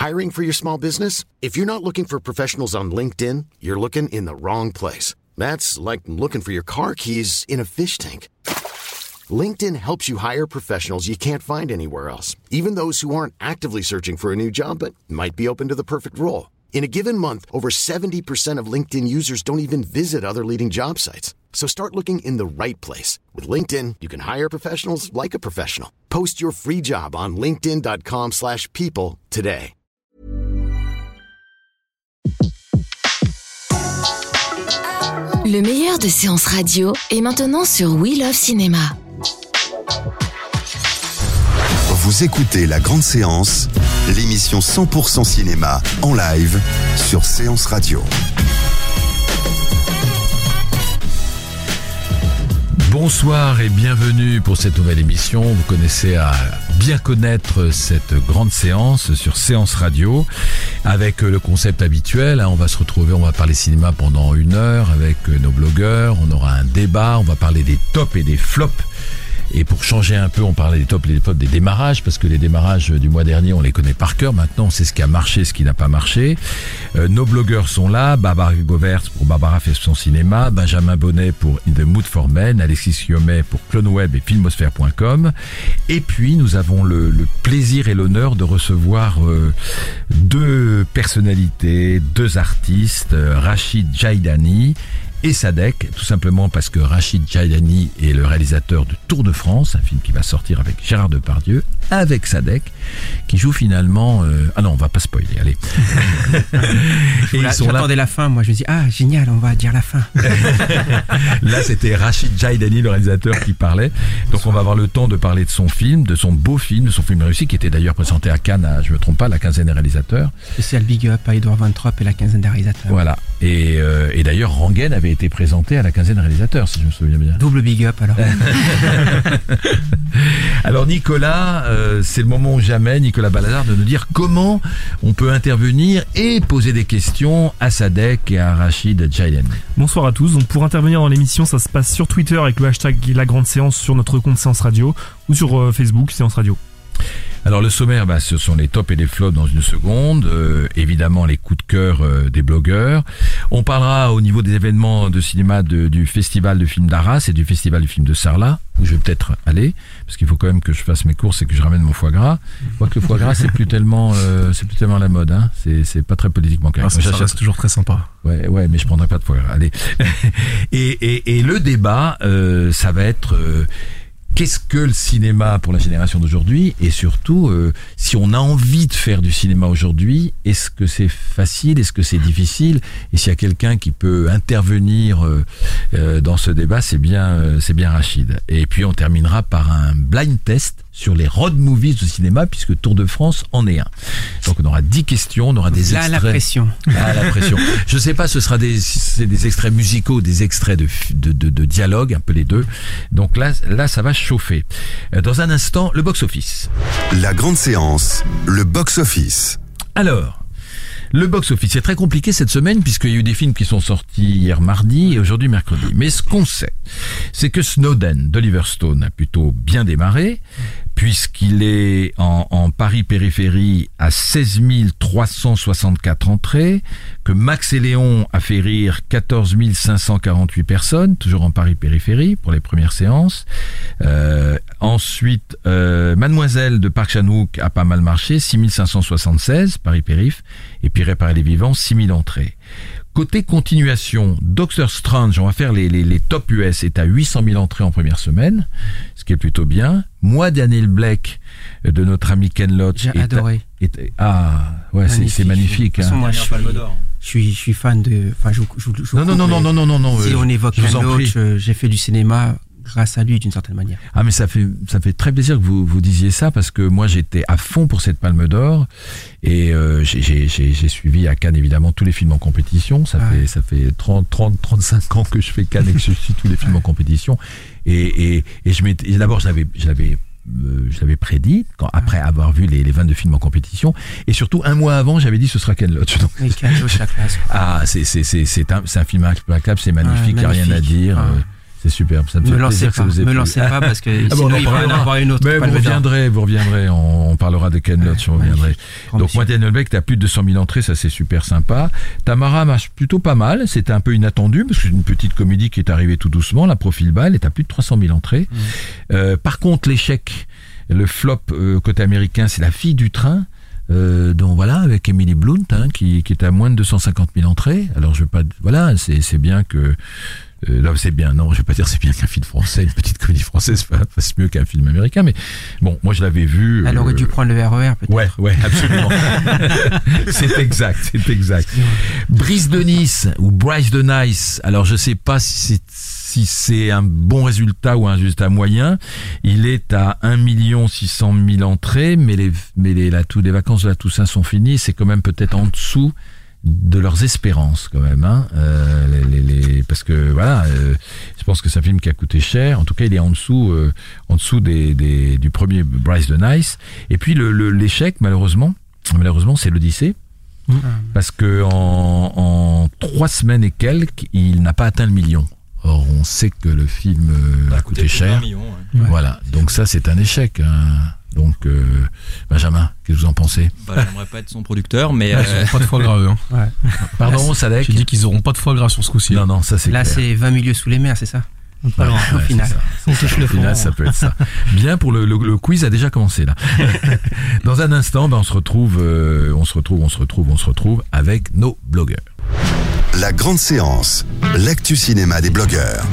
Hiring for your small business? If you're not looking for professionals on LinkedIn, you're looking in the wrong place. That's like looking for your car keys in a fish tank. LinkedIn helps you hire professionals you can't find anywhere else, even those who aren't actively searching for a new job but might be open to the perfect role. In a given month, over 70% of LinkedIn users don't even visit other leading job sites. So start looking in the right place. With LinkedIn, you can hire professionals like a professional. Post your free job on linkedin.com/people today. Le meilleur de séances radio est maintenant sur We Love Cinéma. Vous écoutez La Grande Séance, l'émission 100% cinéma en live sur Séance Radio. Bonsoir et bienvenue pour cette nouvelle émission. Vous connaissez à bien connaître cette grande séance sur Séance Radio avec le concept habituel. On va se retrouver, on va parler cinéma pendant 1 heure avec nos blogueurs. On aura un débat, on va parler des tops et des flops. Et pour changer un peu, on parlait des tops et des flops des démarrages, parce que les démarrages du mois dernier, on les connaît par cœur. Maintenant, on sait ce qui a marché, ce qui n'a pas marché. Nos blogueurs sont là. Barbara Govert pour Barbara fait son cinéma. Benjamin Bonnet pour In the Mood for Men. Alexis Guillaumet pour CloneWeb et Filmosphère.com. Et puis, nous avons le plaisir et l'honneur de recevoir 2 personnalités, 2 artistes, Rachid Jaidani et Sadek, tout simplement parce que Rachid Jaidani est le réalisateur de Tour de France, un film qui va sortir avec Gérard Depardieu, avec Sadek, qui joue finalement... Ah non, on va pas spoiler, allez. Et ils sont j'attendais la fin, moi je me dis, ah génial, on va dire la fin. Là c'était Rachid Jaidani, le réalisateur, qui parlait. Donc on va avoir le temps de parler de son film, de son beau film, de son film réussi, qui était d'ailleurs présenté à Cannes, je me trompe pas, la quinzaine des réalisateurs. Spécial big up à Edouard Van Trop et la quinzaine des réalisateurs. Voilà, et d'ailleurs Rangen avait été présenté à la quinzaine des réalisateurs, si je me souviens bien. Double big up alors. Alors Nicolas, c'est le moment ou jamais, Nicolas Balazard, de nous dire comment on peut intervenir et poser des questions à Sadek et à Rachid Jaidani. Bonsoir à tous. Donc pour intervenir dans l'émission, ça se passe sur Twitter avec le hashtag La Grande Séance sur notre compte Séance Radio ou sur Facebook Séance Radio. Alors le sommaire, ce sont les tops et les flops dans 1 seconde, évidemment les coups de cœur des blogueurs. On parlera au niveau des événements de cinéma du festival de films d'Arras et du festival du film de Sarlat, où je vais peut-être aller, parce qu'il faut quand même que je fasse mes courses et que je ramène mon foie gras. Je vois que le foie gras c'est plus tellement la mode, hein. C'est pas très politiquement correct. Ça reste toujours très sympa. Ouais, mais je prendrai pas de foie gras. Allez. et le débat, ça va être qu'est-ce que le cinéma pour la génération d'aujourd'hui, et surtout si on a envie de faire du cinéma aujourd'hui, est-ce que c'est facile, est-ce que c'est difficile, et s'il y a quelqu'un qui peut intervenir dans ce débat, c'est bien Rachid. Et puis on terminera par un blind test sur les road movies de cinéma, puisque Tour de France en est un. Donc on aura 10 questions, on aura des extraits. La pression. La pression. Je sais pas, c'est des extraits musicaux, des extraits de dialogue, un peu les deux. Donc là ça va chauffer. Dans un instant, le box-office. La Grande Séance, le box-office. Alors, le box-office, c'est très compliqué cette semaine puisqu'il y a eu des films qui sont sortis hier mardi et aujourd'hui mercredi. Mais ce qu'on sait, c'est que Snowden d'Oliver Stone a plutôt bien démarré puisqu'il est en Paris-Périphérie à 16 364 entrées, que Max et Léon a fait rire 14 548 personnes, toujours en Paris-Périphérie pour les premières séances. Ensuite, Mademoiselle de Park Chan-wook a pas mal marché, 6 576 Paris-Périph, et puis Réparer les vivants, 6 000 entrées. Côté continuation, Doctor Strange, on va faire les top US, est à 800 000 entrées en première semaine, ce qui est plutôt bien. Moi, Daniel Blake, de notre ami Ken Loach. J'ai adoré. C'est magnifique. Hein. Je suis fan de... Enfin, Non. Si on évoque Ken Loach, j'ai fait du cinéma grâce à lui d'une certaine manière. Ah, mais ça fait très plaisir que vous disiez ça, parce que moi j'étais à fond pour cette Palme d'Or, et j'ai suivi à Cannes évidemment tous les films en compétition. Ça fait 35 ans que je fais Cannes et que je suis tous les films en compétition, et d'abord je l'avais prédit après avoir vu les 22 films en compétition, et surtout un mois avant j'avais dit ce sera Ken Loach. Et Ken Loach, la classe. Ah, c'est un film implacable, c'est magnifique, il n'y a rien à dire. C'est superbe. Ça me fait plaisir que ça vous ait plu. Me lancez pas parce que sinon il va en avoir une autre. Mais vous reviendrez. On parlera de Ken Loach, vous reviendrez. Donc moi, Daniel Beck, t'as plus de 200 000 entrées, ça c'est super sympa. Tamara marche plutôt pas mal. C'était un peu inattendu parce que c'est une petite comédie qui est arrivée tout doucement, la Profil Bal, et t'as plus de 300 000 entrées. Par contre, l'échec, le flop côté américain, c'est La Fille du train. Donc voilà, avec Emily Blunt, qui est à moins de 250 000 entrées. Alors je veux pas, voilà, c'est bien que non, c'est bien. Non, je vais pas dire c'est bien qu'un film français, une petite comédie française fasse mieux qu'un film américain, mais bon, moi je l'avais vu. Elle aurait dû prendre le RER peut-être. Ouais, absolument. c'est exact. Brise de Nice ou Bryce de Nice. Alors je sais pas si c'est un bon résultat ou un résultat moyen. Il est à 1 600 000 entrées, mais les vacances de la Toussaint sont finies. C'est quand même peut-être en dessous de leurs espérances quand même, parce que voilà, je pense que c'est un film qui a coûté cher. En tout cas, il est en dessous du premier Bryce de Nice. Et puis l'échec, malheureusement, c'est l'Odyssée. Parce que en 3 semaines et quelques, il n'a pas atteint le million. Or, on sait que le film a coûté cher. Voilà, donc ça, c'est un échec. Donc, Benjamin, qu'est-ce que vous en pensez? J'aimerais pas être son producteur, mais... Ils n'auront pas de foie gras, Ouais. Pardon, Sadek? J'ai dit qu'ils n'auront pas de foie gras sur ce coup-ci. Non, ça c'est Là, clair. c'est 20 milieux sous les mers, c'est ça? Pas loin, au final. On touche le final, ça peut être ça. Bien, pour le quiz a déjà commencé là. Dans un instant, on se retrouve avec nos blogueurs. La grande séance, l'actu cinéma des blogueurs.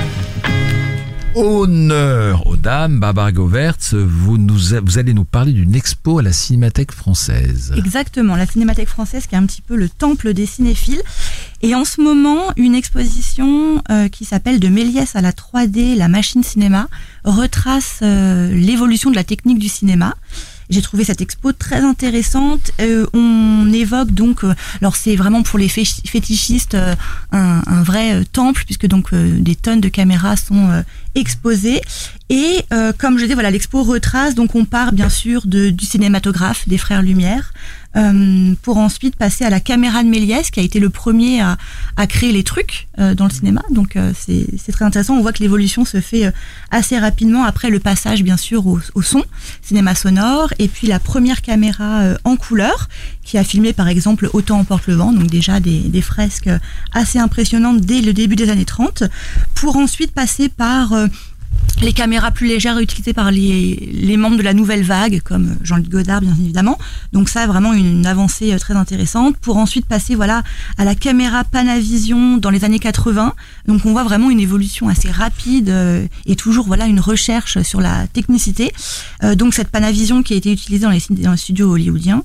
Honneur aux dames, Barbara Govertz, vous allez nous parler d'une expo à la Cinémathèque française. Exactement, la Cinémathèque française qui est un petit peu le temple des cinéphiles. Et en ce moment, une exposition qui s'appelle De Méliès à la 3D, la machine cinéma, retrace l'évolution de la technique du cinéma. J'ai trouvé cette expo très intéressante. On évoque donc, alors c'est vraiment pour les fétichistes un vrai temple, puisque donc des tonnes de caméras sont exposées. Et comme je dis, voilà, l'expo retrace. Donc on part bien sûr du cinématographe des frères Lumière, pour ensuite passer à la caméra de Méliès, qui a été le premier à créer les trucs dans le cinéma. Donc c'est très intéressant. On voit que l'évolution se fait assez rapidement après le passage bien sûr au son, cinéma sonore, et puis la première caméra en couleur qui a filmé par exemple Autant emporte le vent, donc déjà des fresques assez impressionnantes dès le début des années 30, pour ensuite passer par les caméras plus légères utilisées par les membres de la nouvelle vague, comme Jean-Luc Godard bien évidemment. Donc ça, vraiment une avancée très intéressante, pour ensuite passer à la caméra Panavision dans les années 80. Donc on voit vraiment une évolution assez rapide et toujours une recherche sur la technicité. Donc cette Panavision qui a été utilisée dans les studios hollywoodiens.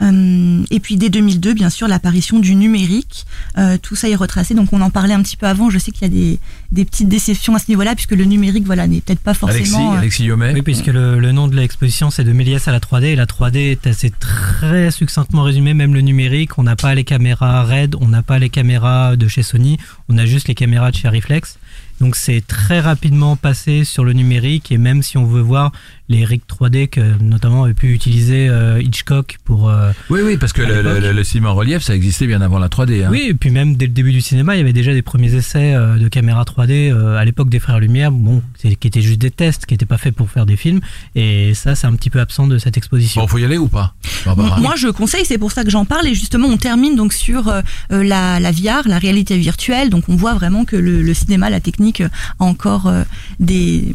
Et puis dès 2002, bien sûr, l'apparition du numérique, tout ça est retracé. Donc on en parlait un petit peu avant. Je sais qu'il y a des petites déceptions à ce niveau-là, puisque le numérique, n'est peut-être pas forcément. Alexis Yomet. Oui, puisque le nom de l'exposition c'est De Méliès à la 3D, et la 3D est assez très succinctement résumée. Même le numérique, on n'a pas les caméras RED, on n'a pas les caméras de chez Sony, on a juste les caméras de chez Reflex. Donc c'est très rapidement passé sur le numérique, et même si on veut voir les rigs 3D que notamment avait pu utiliser Hitchcock pour... Oui, parce que le cinéma en relief, ça existait bien avant la 3D. Oui, et puis même dès le début du cinéma, il y avait déjà des premiers essais de caméra 3D à l'époque des Frères Lumière, qui étaient juste des tests, qui n'étaient pas faits pour faire des films, et ça, c'est un petit peu absent de cette exposition. Bon, faut y aller ou pas, Barbara? Moi, je conseille, c'est pour ça que j'en parle, et justement, on termine donc sur la VR, la réalité virtuelle. Donc on voit vraiment que le cinéma, la technique, a encore des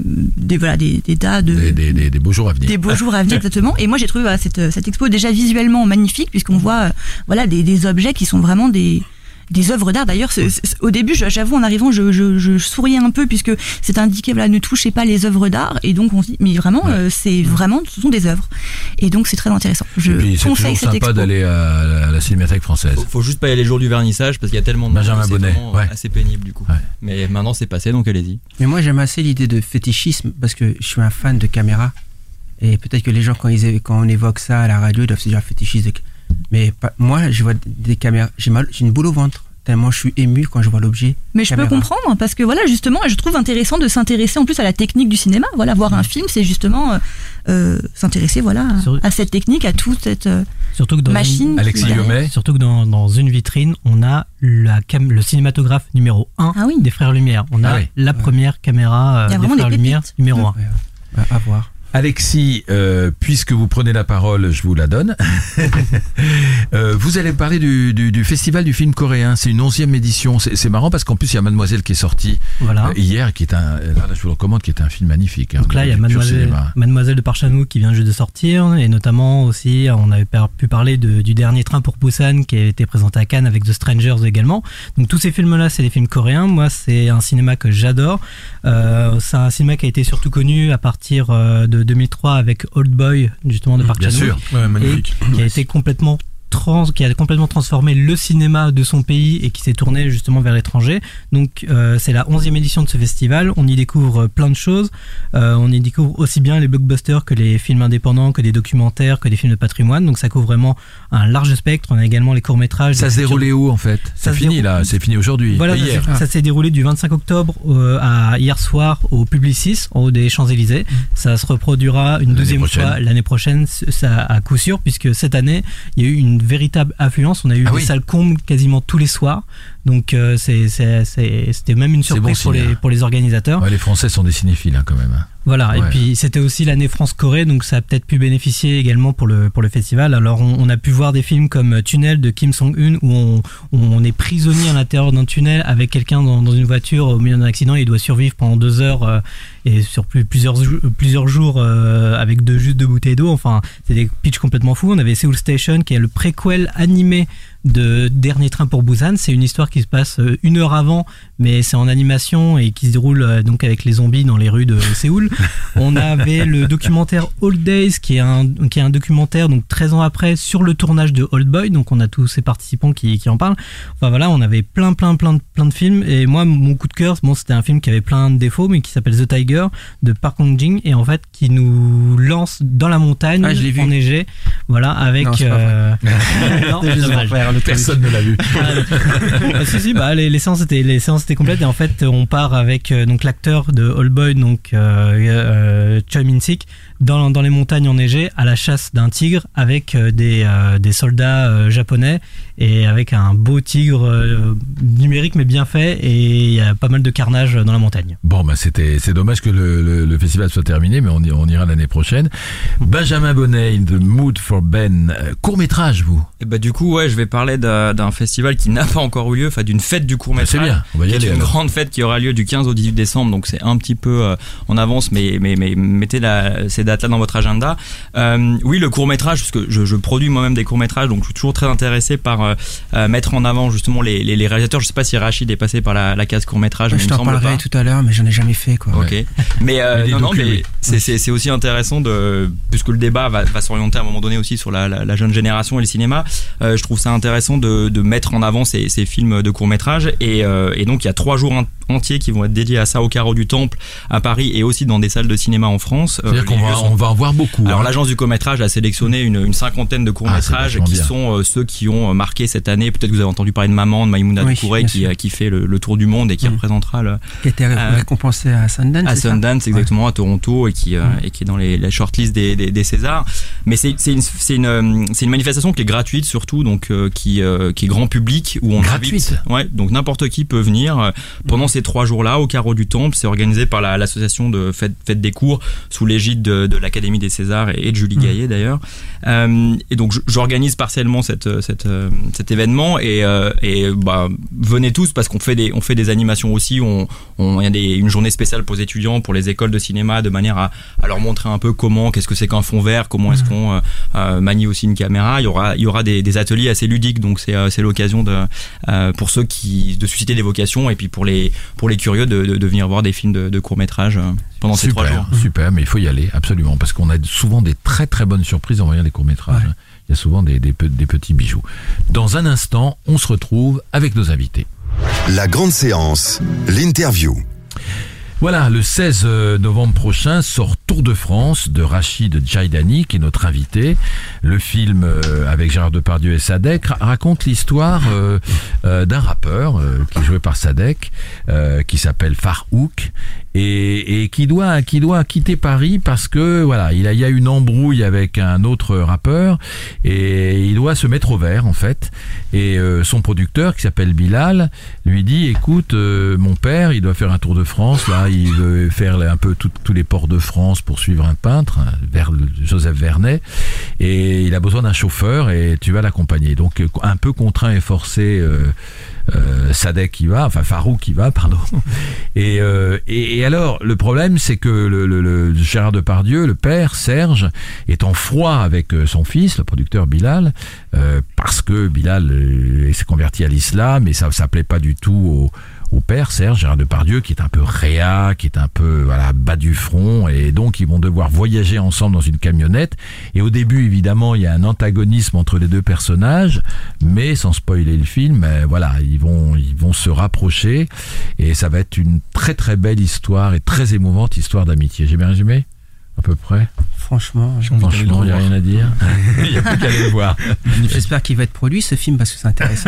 beaux jours à venir. Des beaux jours à venir, exactement. Et moi, j'ai trouvé cette expo déjà visuellement magnifique, puisqu'on voit des objets qui sont vraiment des œuvres d'art. D'ailleurs, au début, j'avoue, en arrivant, je souriais un peu, puisque c'est indiqué, ne touchez pas les œuvres d'art. Et donc, on se dit, mais vraiment, ce sont des œuvres. Et donc, c'est très intéressant. Je conseille cette expo. C'est sympa d'aller à la Cinémathèque française. Faut juste pas y aller le jour du vernissage, parce qu'il y a tellement de Benjamin Bonnet, assez pénible, du coup. Ouais. Mais maintenant, c'est passé, donc allez-y. Mais moi, j'aime assez l'idée de fétichisme, parce que je suis un fan de caméra. Et peut-être que les gens, quand on évoque ça à la radio, ils doivent se dire fétichiste. Mais moi, je vois des caméras, j'ai une boule au ventre, tellement je suis ému quand je vois l'objet. Mais je peux comprendre, parce que justement, je trouve intéressant de s'intéresser en plus à la technique du cinéma. Voir un film, c'est justement s'intéresser à cette technique, à toute Surtout que dans machine. Alexis Guillaumet. Surtout que dans une vitrine, on a le cinématographe numéro 1 des Frères Lumière. On a la première caméra des Frères Lumière numéro 1. À voir. Alexis, puisque vous prenez la parole, je vous la donne. Vous allez parler du festival du film coréen. C'est une 11e édition. C'est marrant parce qu'en plus, il y a Mademoiselle qui est sortie hier, qui est là, je vous le recommande, qui est un film magnifique. Donc là, il y a Mademoiselle de Park Chan-wook qui vient juste de sortir, et notamment aussi, on avait pu parler du dernier Train pour Busan qui a été présenté à Cannes avec The Strangers également. Donc tous ces films-là, c'est des films coréens. Moi, c'est un cinéma que j'adore. C'est un cinéma qui a été surtout connu à partir de 2003 avec Old Boy, justement, de Park Chan-wook. Bien sûr, magnifique. Qui a été complètement transformé le cinéma de son pays et qui s'est tourné justement vers l'étranger. Donc c'est la 11e édition de ce festival. On y découvre plein de choses. On y découvre aussi bien les blockbusters que les films indépendants, que des documentaires, que des films de patrimoine. Donc ça couvre vraiment un large spectre. On a également les courts-métrages. Ça se déroulait où en fait? C'est fini là, c'est fini aujourd'hui. Voilà, ça s'est déroulé du 25 octobre à hier soir au Publicis, en haut des Champs-Élysées. Ça se reproduira une deuxième fois l'année prochaine, ça à coup sûr, puisque cette année, il y a eu une véritable affluence. On a eu des salles combles quasiment tous les soirs. Donc c'était même une surprise pour les organisateurs. Ouais, les Français sont des cinéphiles quand même. Voilà, et puis c'était aussi l'année France-Corée, donc ça a peut-être pu bénéficier également pour le festival. Alors on a pu voir des films comme Tunnel de Kim Song-eun, où on est prisonnier à l'intérieur d'un tunnel avec quelqu'un dans une voiture au milieu d'un accident, et il doit survivre pendant 2 heures et sur plusieurs jours avec juste 2 bouteilles d'eau. Enfin, c'est des pitchs complètement fous. On avait Seoul Station qui est le préquel animé de Dernier Train pour Busan. C'est une histoire qui se passe 1 heure avant, mais c'est en animation et qui se déroule donc avec les zombies dans les rues de Séoul. On avait le documentaire Old Days qui est un documentaire donc 13 ans après sur le tournage de Old Boy. Donc on a tous ces participants qui en parlent. Enfin voilà, on avait plein de films, et moi mon coup de cœur, c'était un film qui avait plein de défauts mais qui s'appelle The Tiger de Park Hong-jin, et en fait qui nous lance dans la montagne enneigée, voilà, avec personne ne l'a vu. Si, les séances étaient complètes, et en fait on part avec donc l'acteur de Old Boy, donc Choi Min-sik, dans les montagnes enneigées à la chasse d'un tigre avec des soldats japonais, et avec un beau tigre numérique mais bien fait, et il y a pas mal de carnage dans la montagne. Bon, c'est dommage que le festival soit terminé, mais on ira l'année prochaine. Benjamin Bonnet, The Mood for Ben, court-métrage, vous? Et du coup, je vais parler d'un festival qui n'a pas encore eu lieu, d'une fête du court-métrage. C'est bien, on va y aller. Une grande fête qui aura lieu du 15 au 18 décembre, donc c'est un petit peu en avance, mais mettez ces dates-là dans votre agenda. Oui, le court-métrage, parce que je produis moi-même des courts-métrages, donc je suis toujours très intéressé par mettre en avant justement les réalisateurs. Je sais pas si Rachid est passé par la case court-métrage, mais je t'en parlerai tout à l'heure, mais j'en ai jamais fait, quoi. Ok. Mais c'est aussi intéressant puisque le débat va s'orienter à un moment donné aussi sur la jeune génération et le cinéma. Je trouve ça intéressant de mettre en avant ces films de court-métrage, et donc il y a 3 jours entiers qui vont être dédiés à ça au Carreau du Temple à Paris, et aussi dans des salles de cinéma en France. C'est-à-dire qu'on va en voir beaucoup. Alors l'agence du court-métrage a sélectionné une 50aine de courts-métrages qui sont ceux qui ont marqué cette année. Peut-être que vous avez entendu parler de Maman de Maïmouna Doucouré qui fait le tour du monde et qui représentera qui a été récompensé à Sundance. À Sundance, exactement, à Toronto, et qui est dans les shortlists des Césars. Mais c'est une manifestation qui est gratuite surtout, donc qui est grand public, où on gratuite. Donc n'importe qui peut venir pendant ces 3 jours-là au Carreau du Temple. C'est organisé par l'association de Fête des Cours sous l'égide de l'Académie des Césars et de Julie Gaillet d'ailleurs. Et donc j'organise partiellement cet événement, et venez tous, parce qu'on fait des animations aussi. Il y a une journée spéciale pour les étudiants, pour les écoles de cinéma, de manière à leur montrer un peu qu'est-ce que c'est qu'un fond vert, comment est-ce qu'on manie aussi une caméra. Il y aura des ateliers assez ludiques, donc c'est l'occasion pour ceux de susciter des vocations, et puis pour les curieux de venir voir des films de court-métrage pendant ces 3 jours. Super, mais il faut y aller absolument, parce qu'on a souvent des très très bonnes surprises en voyant des courts-métrages. Ouais. Il y a souvent des petits bijoux. Dans un instant, on se retrouve avec nos invités. La grande séance, l'interview. Voilà, le 16 novembre prochain sort Tour de France de Rachid Djaïdani, qui est notre invité. Le film avec Gérard Depardieu et Sadek raconte l'histoire d'un rappeur qui est joué par Sadek, qui s'appelle Farouk, et qui doit quitter Paris parce que voilà, il y a une embrouille avec un autre rappeur et il doit se mettre au vert en fait. Et son producteur qui s'appelle Bilal lui dit écoute, mon père, il doit faire un tour de France là, il veut faire un peu tous les ports de France pour suivre un peintre, Joseph Vernet, et il a besoin d'un chauffeur et tu vas l'accompagner. Donc un peu contraint et forcé. Farouk y va, pardon. Et alors, le problème, c'est que le Gérard Depardieu, le père, Serge, est en froid avec son fils, le producteur Bilal, parce que Bilal s'est converti à l'islam et ça plaît pas du tout au père, Serge, Gérard Depardieu, qui est un peu réa, qui est un peu bas du front, et donc ils vont devoir voyager ensemble dans une camionnette. Et au début, évidemment, il y a un antagonisme entre les deux personnages, mais sans spoiler le film, ils vont se rapprocher, et ça va être une très très belle histoire et très émouvante histoire d'amitié. J'ai bien résumé ? À peu près. Franchement, il n'y a rien à dire. Il n'y a plus qu'à aller le voir. J'espère qu'il va être produit ce film parce que c'est intéressant.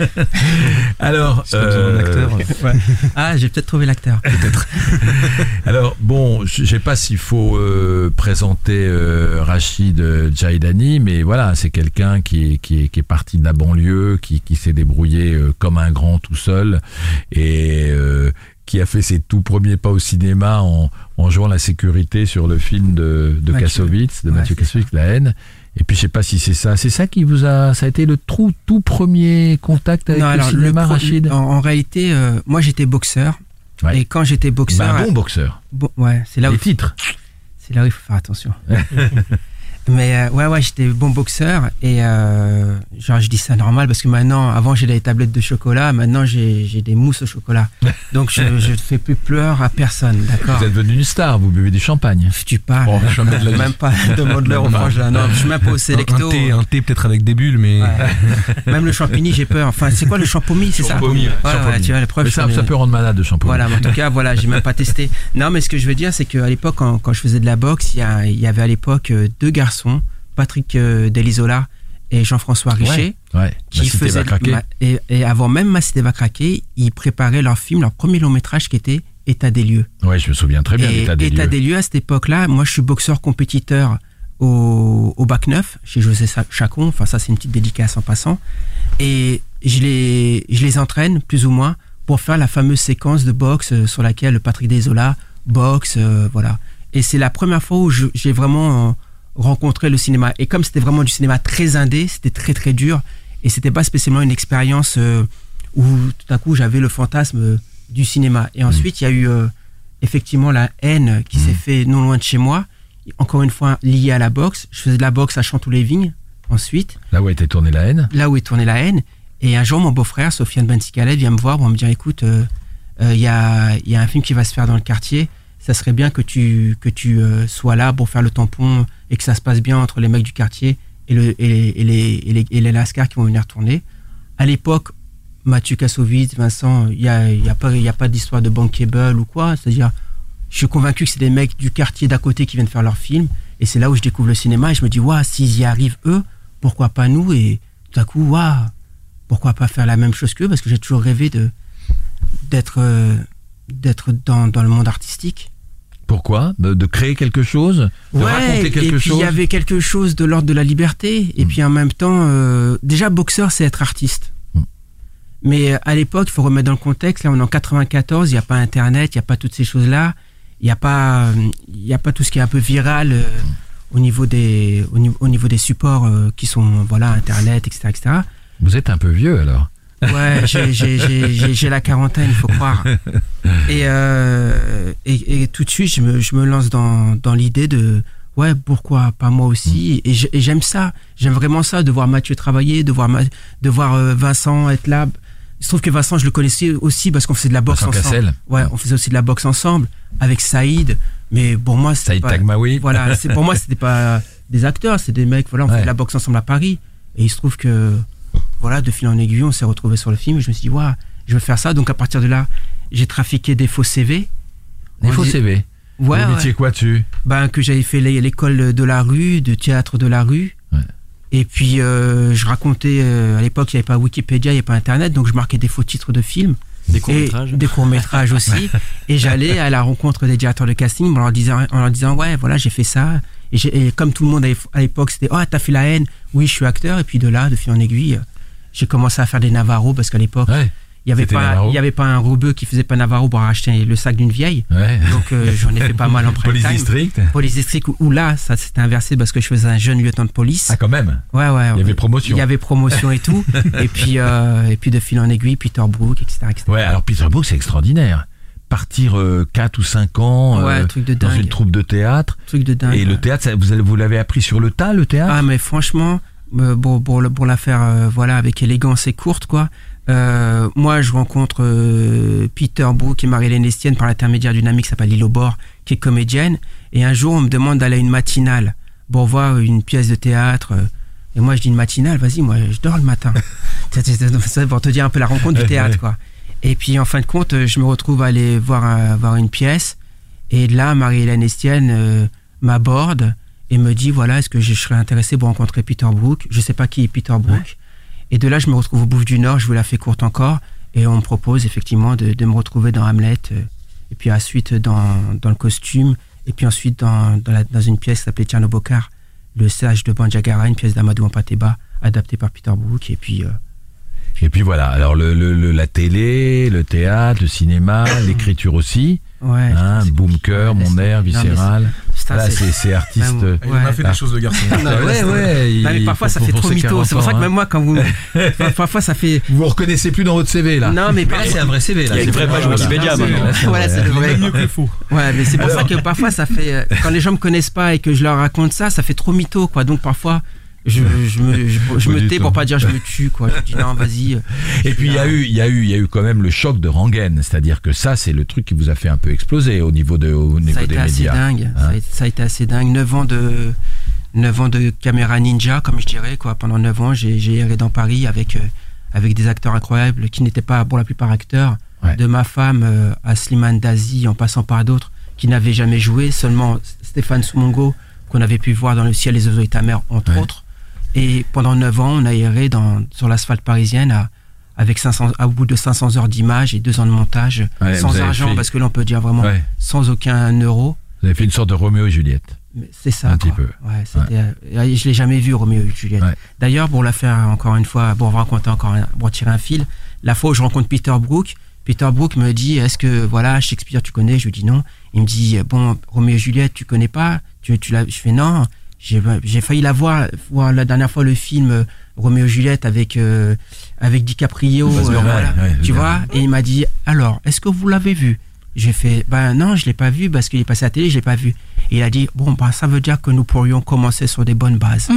Alors, un acteur. Ouais. Ah, j'ai peut-être trouvé l'acteur. Peut-être. Alors bon, je ne sais pas s'il faut présenter Rachid Djaïdani, mais voilà, c'est quelqu'un qui est parti de la banlieue, qui s'est débrouillé comme un grand tout seul et qui a fait ses tout premiers pas au cinéma en jouant la sécurité sur le film de Kassovitz, de Mathieu Kassovitz, La haine. Et puis je sais pas si c'est ça qui vous a, ça a été le tout premier contact avec le cinéma, Rachid. En réalité, moi j'étais boxeur. Ouais. Et quand j'étais boxeur, un bon boxeur. C'est là où les titres. C'est là où il faut faire attention. Mais j'étais bon boxeur et je dis ça normal parce que maintenant, avant j'ai des tablettes de chocolat, maintenant j'ai des mousses au chocolat. Donc je ne fais plus pleurer à personne, d'accord. Vous êtes devenu une star, vous buvez du champagne. Tu parles. Bon, jamais de la vie. Même pas, demande-leur au frangin. Non, je suis même pas au Selecto. Un thé peut-être avec des bulles, mais. Ouais. Même le champigny, j'ai peur. Enfin, c'est quoi le champomy, c'est ça? Champomy. Tu vois, la preuve. Ça peut rendre malade, le champomy. Voilà, mais en tout cas, j'ai même pas testé. Non, mais ce que je veux dire, c'est qu'à l'époque, quand je faisais de la boxe, il y avait à l'époque deux garçons, Patrick Delisola et Jean-François Richer, qui faisaient et avant même Ma Cité va craquer, ils préparaient leur premier long métrage qui était État des lieux. Ouais, je me souviens très bien d'État des lieux. État des lieux, à cette époque-là, moi je suis boxeur compétiteur au Bac 9 chez José Chacon, enfin ça c'est une petite dédicace en passant, et je les entraîne plus ou moins pour faire la fameuse séquence de boxe sur laquelle Patrick Delisola boxe, voilà. Et c'est la première fois où j'ai vraiment rencontrer le cinéma. Et comme c'était vraiment du cinéma très indé, c'était très très dur et c'était pas spécialement une expérience où tout à coup j'avais le fantasme du cinéma. Et ensuite il y a eu effectivement La haine qui s'est fait non loin de chez moi, encore une fois lié à la boxe. Je faisais de la boxe à Chanteloup-les-Vignes ensuite. Là où était tournée La haine. Là où est tournée La haine. Et un jour mon beau-frère Sofiane Bensikale vient me voir pour me dire écoute, il y a un film qui va se faire dans le quartier. Ça serait bien que tu sois là pour faire le tampon et que ça se passe bien entre les mecs du quartier et les lascars qui vont venir tourner. À l'époque, Mathieu Kassovitz, Vincent, il y a pas d'histoire de bankable ou quoi. C'est-à-dire, je suis convaincu que c'est des mecs du quartier d'à côté qui viennent faire leur film. Et c'est là où je découvre le cinéma et je me dis, s'ils y arrivent eux, pourquoi pas nous? Et tout à coup, pourquoi pas faire la même chose qu'eux? Parce que j'ai toujours rêvé d'être dans le monde artistique. Pourquoi? De créer quelque chose, de raconter quelque chose. Il y avait quelque chose de l'ordre de la liberté. Et puis en même temps, déjà boxeur, c'est être artiste. Mais à l'époque, il faut remettre dans le contexte. Là, on est en 94, il n'y a pas Internet, il n'y a pas toutes ces choses-là. Il n'y a pas tout ce qui est un peu viral au niveau des supports qui sont Internet, etc., etc. Vous êtes un peu vieux alors. Ouais, j'ai la quarantaine, il faut croire. Et tout de suite, je me lance dans l'idée de pourquoi pas moi aussi. Et j'aime ça, j'aime vraiment ça, de voir Mathieu travailler, de voir Vincent être là. Il se trouve que Vincent, je le connaissais aussi parce qu'on faisait de la boxe ensemble. Cassel. Ouais, on faisait aussi de la boxe ensemble avec Saïd. Mais pour moi, Saïd Tagmaoui. Voilà, pour moi, c'était pas des acteurs, c'est des mecs. Voilà, on faisait de la boxe ensemble à Paris. Et il se trouve que de fil en aiguille, on s'est retrouvés sur le film et je me suis dit, je veux faire ça. Donc à partir de là, j'ai trafiqué des faux CV. Des faux CV? Ouais. Vous mettiez quoi dessus? Que j'avais fait l'école de la rue, de théâtre de la rue. Ouais. Et puis je racontais, à l'époque, il n'y avait pas Wikipédia, il n'y avait pas Internet, donc je marquais des faux titres de films. Des courts-métrages. Des courts-métrages aussi. Et j'allais à la rencontre des directeurs de casting en leur disant ouais, voilà, j'ai fait ça. Et comme tout le monde à l'époque, c'était oh, t'as fait La Haine? Oui, je suis acteur. Et puis de là, de fil en aiguille, j'ai commencé à faire des Navarro parce qu'à l'époque, il y avait pas un rebeu qui faisait pas Navarro pour acheter le sac d'une vieille. Ouais. Donc j'en ai fait pas mal en prime time. Police District où là ça s'était inversé parce que je faisais un jeune lieutenant de police. Ah quand même. Ouais. Il y avait promotion. Il y avait promotion et tout. et puis de fil en aiguille, Peter Brook, etc. Ouais, alors Peter Brook c'est extraordinaire. Partir 4 ou 5 ans truc de dingue. Dans une troupe de théâtre. Truc de dingue. Et le théâtre, vous l'avez appris sur le tas, le théâtre? Ah mais franchement, pour la faire avec élégance et courte quoi. Moi, je rencontre Peter Brook et Marie-Hélène Estienne par l'intermédiaire d'une amie qui s'appelle Lilo Bord, qui est comédienne. Et un jour, on me demande d'aller à une matinale pour voir une pièce de théâtre. Et moi, je dis une matinale, vas-y, moi, je dors le matin. C'est pour te dire un peu la rencontre du théâtre, quoi. Et puis, en fin de compte, je me retrouve à aller voir une pièce. Et là, Marie-Hélène Estienne m'aborde et me dit, voilà, est-ce que je serais intéressé pour rencontrer Peter Brook? Je sais pas qui est Peter Brook. Ouais. Et de là, je me retrouve au Bouffe du Nord, je vous la fais courte encore, et on me propose effectivement de me retrouver dans Hamlet, et puis ensuite dans le costume, et puis ensuite dans une pièce qui s'appelait Tcherno Bokar, le sage de Bandiagara, une pièce d'Amadou Ampateba, adaptée par Peter Brook, et puis voilà, alors la télé, le théâtre, le cinéma, l'écriture aussi. Ouais. Boom Cœur, Mon Air, Viscéral. Là, c'est artiste. Il en a fait des choses de garçon. Mais parfois ça fait trop mytho. C'est pour ça que même moi, quand vous. Parfois ça fait. Vous vous reconnaissez plus dans votre CV là. Non, mais là, c'est un vrai CV. Là. Il y a une vraie page Wikipédia maintenant. Voilà, c'est le vrai. Mieux que le faux. Ouais, mais c'est pour ça que parfois ça fait. Quand les gens me connaissent pas et que je leur raconte ça fait trop mytho, quoi. Donc parfois. Je me tais pour pas dire je me tue, quoi. Je dis non, vas-y. Et puis il y a eu quand même le choc de Rengaine, c'est-à-dire que ça c'est le truc qui vous a fait un peu exploser au niveau des médias. Ça a été assez dingue. 9 ans de caméra ninja, comme je dirais, quoi. Pendant 9 ans, j'ai erré dans Paris avec des acteurs incroyables qui n'étaient pas pour la plupart acteurs. Ouais. De ma femme à Slimane Dazi, en passant par d'autres qui n'avaient jamais joué, seulement Stéphane Soumongo qu'on avait pu voir dans Le ciel, les oiseaux et ta mère, entre autres. Et pendant 9 ans, on a erré sur l'asphalte parisienne au bout de 500 heures d'images et 2 ans de montage, sans argent, parce que là on peut dire vraiment sans aucun euro. Vous avez fait une sorte de Roméo et Juliette. C'est ça. Un petit peu. Je l'ai jamais vu, Roméo et Juliette. Ouais. D'ailleurs, pour la faire encore une fois, pour raconter pour tirer un fil, la fois où je rencontre Peter Brook me dit, est-ce que voilà, Shakespeare tu connais? Je lui dis non. Il me dit, bon, Roméo et Juliette tu connais pas? Je fais non. J'ai failli la voir la dernière fois le film Roméo et Juliette avec DiCaprio, tu vois, et il m'a dit alors est-ce que vous l'avez vu? J'ai fait non, je l'ai pas vu parce qu'il est passé à la télé, je l'ai pas vu. Et il a dit bon ça veut dire que nous pourrions commencer sur des bonnes bases.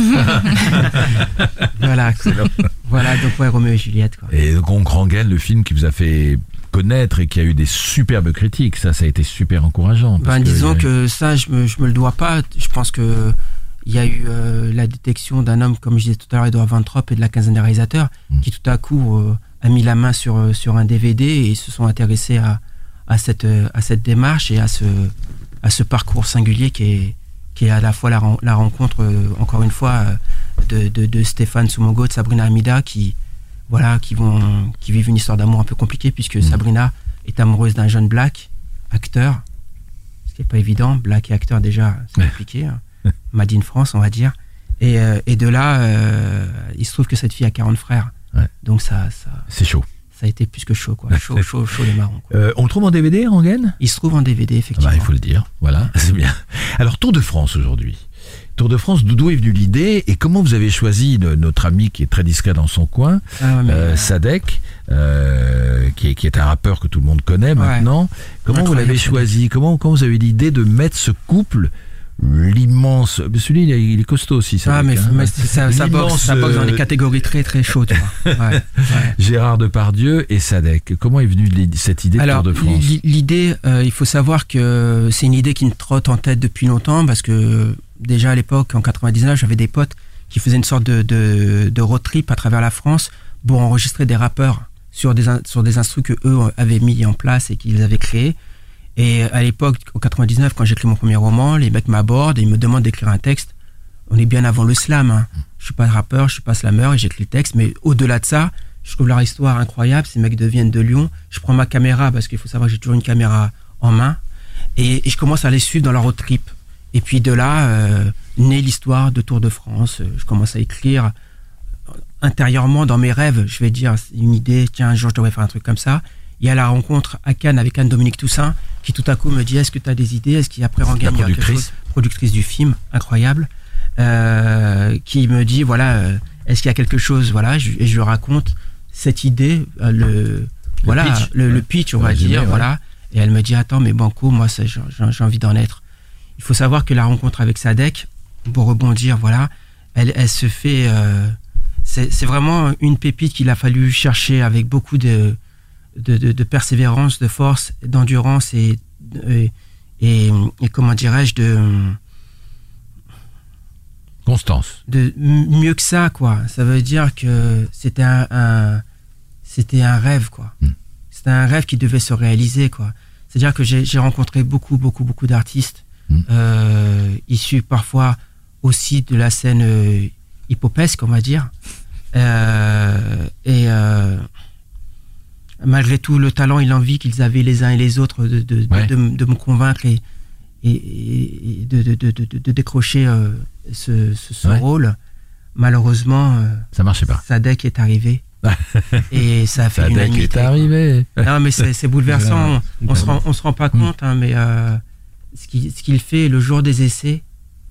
Voilà donc Roméo et Juliette, quoi. Et donc Rengaine, le film qui vous a fait connaître et qui a eu des superbes critiques, ça a été super encourageant. Disons que ça je me le dois pas. Je pense que il y a eu la détection d'un homme, comme je disais tout à l'heure, Edouard Van Trop, et de la quinzaine des réalisateurs, qui tout à coup a mis la main sur un DVD et se sont intéressés à cette démarche et à ce parcours singulier qui est à la fois la rencontre, encore une fois, de Stéphane Soumongo, de Sabrina Hamida, qui vivent une histoire d'amour un peu compliquée, puisque Sabrina est amoureuse d'un jeune black acteur, ce qui n'est pas évident. Black et acteur, déjà, c'est compliqué, hein. Made in France, on va dire. Et de là, il se trouve que cette fille a 40 frères. Ouais. Donc ça c'est chaud. Ça a été plus que chaud, quoi. Chaud les marrons, quoi. On le trouve en DVD, Rengaine? Il se trouve en DVD, effectivement. Il faut le dire. Voilà, c'est bien. Alors, Tour de France aujourd'hui. Tour de France, d'où est venue l'idée et comment vous avez choisi notre ami qui est très discret dans son coin, Sadek, qui est un rappeur que tout le monde connaît maintenant. Comment vous l'avez choisi? Comment vous avez l'idée de mettre ce couple, l'immense... Celui-là, il est costaud aussi. Ça boxe dans des catégories très très chaudes. Gérard Depardieu et Sadek. Comment est venue cette idée de Tour de France? L'idée, il faut savoir que c'est une idée qui me trotte en tête depuis longtemps, parce que déjà à l'époque, en 99, j'avais des potes qui faisaient une sorte de road trip à travers la France pour enregistrer des rappeurs sur des instrus que eux avaient mis en place et qu'ils avaient créés. Et à l'époque, en 99, quand j'écris mon premier roman, les mecs m'abordent et ils me demandent d'écrire un texte. On est bien avant le slam, hein. Je suis pas rappeur, je suis pas slammer et j'écris le texte, mais au-delà de ça, je trouve leur histoire incroyable. Ces mecs viennent de Lyon. Je prends ma caméra parce qu'il faut savoir que j'ai toujours une caméra en main et je commence à les suivre dans leur road trip. Et puis de là naît l'histoire de Tour de France. Je commence à écrire intérieurement dans mes rêves. Je vais dire une idée, tiens, un jour je devrais faire un truc comme ça. Il y a la rencontre à Cannes avec Anne-Dominique Toussaint qui tout à coup me dit est-ce que tu as des idées, est-ce qu'il y a après Rangagne, productrice du film, incroyable, qui me dit voilà, est-ce qu'il y a quelque chose, voilà, et je lui raconte cette idée, le pitch, on va dire, voilà, et elle me dit attends mais Banco, moi j'ai envie d'en être. Il faut savoir que la rencontre avec Sadek, pour rebondir, voilà, elle se fait, c'est vraiment une pépite qu'il a fallu chercher avec beaucoup de persévérance, de force, d'endurance et comment dirais-je, de constance. Mieux que ça, quoi. Ça veut dire que c'était un rêve, quoi. C'était un rêve qui devait se réaliser, quoi. C'est-à-dire que j'ai rencontré beaucoup d'artistes issus parfois aussi de la scène hippopesque, on va dire. Malgré tout le talent et l'envie qu'ils avaient les uns et les autres de me convaincre et de décrocher ce rôle, malheureusement ça marchait pas. Sadek est arrivé et ça a fait Sadek l'unanimité. Est arrivé. Non mais c'est bouleversant. On se rend pas compte, hein, mais ce qu'il fait le jour des essais,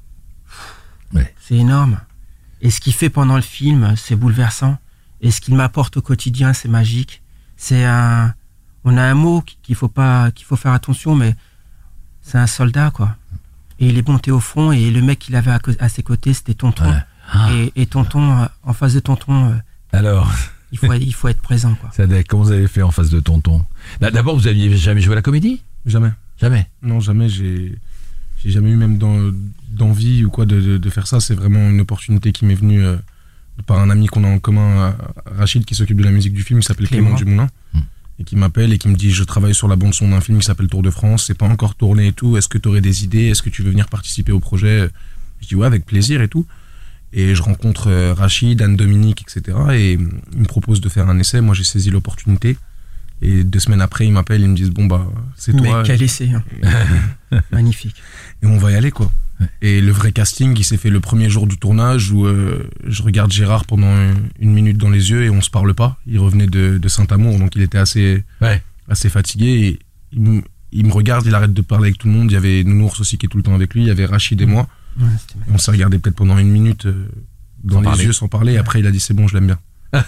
c'est énorme. Et ce qu'il fait pendant le film, c'est bouleversant. Et ce qu'il m'apporte au quotidien, c'est magique. On a un mot qu'il faut faire attention, mais c'est un soldat, quoi. Et il est monté au front, et le mec qu'il avait à ses côtés, c'était Tonton. Et Tonton, en face de Tonton, alors, il faut être présent, quoi. Sadek, comment vous avez fait en face de Tonton? D'abord, vous aviez jamais joué à la comédie? Jamais. Non, jamais. J'ai jamais eu même d'envie ou quoi de faire ça. C'est vraiment une opportunité qui m'est venue par un ami qu'on a en commun, Rachid, qui s'occupe de la musique du film, qui s'appelle Clément Dumoulin, et qui m'appelle et qui me dit je travaille sur la bande son d'un film qui s'appelle Tour de France, c'est pas encore tourné et tout, est-ce que tu aurais des idées, est-ce que tu veux venir participer au projet? Je dis ouais, avec plaisir et tout. Et je rencontre Rachid, Anne-Dominique, etc. et il me propose de faire un essai. Moi j'ai saisi l'opportunité et 2 semaines après ils m'appellent, ils me disent bon bah c'est toi. Mais quel essai, hein. Magnifique. Et on va y aller, quoi. Et le vrai casting, il s'est fait le premier jour du tournage où je regarde Gérard pendant 1 minute dans les yeux et on se parle pas. Il revenait de Saint-Amour, donc il était assez fatigué. Et il me regarde, il arrête de parler avec tout le monde. Il y avait Nounours aussi qui est tout le temps avec lui. Il y avait Rachid et moi. Et on s'est regardé peut-être pendant 1 minute dans les yeux sans parler. Et après, il a dit c'est bon, je l'aime bien.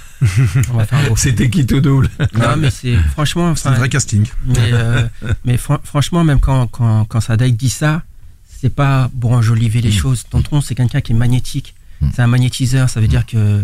C'était qui tout double? Non, mais c'est franchement. C'est un vrai casting. Mais franchement, même quand Sadek dit ça, c'est pas pour enjoliver les choses. Tonton, c'est quelqu'un qui est magnétique. C'est un magnétiseur. Ça veut dire que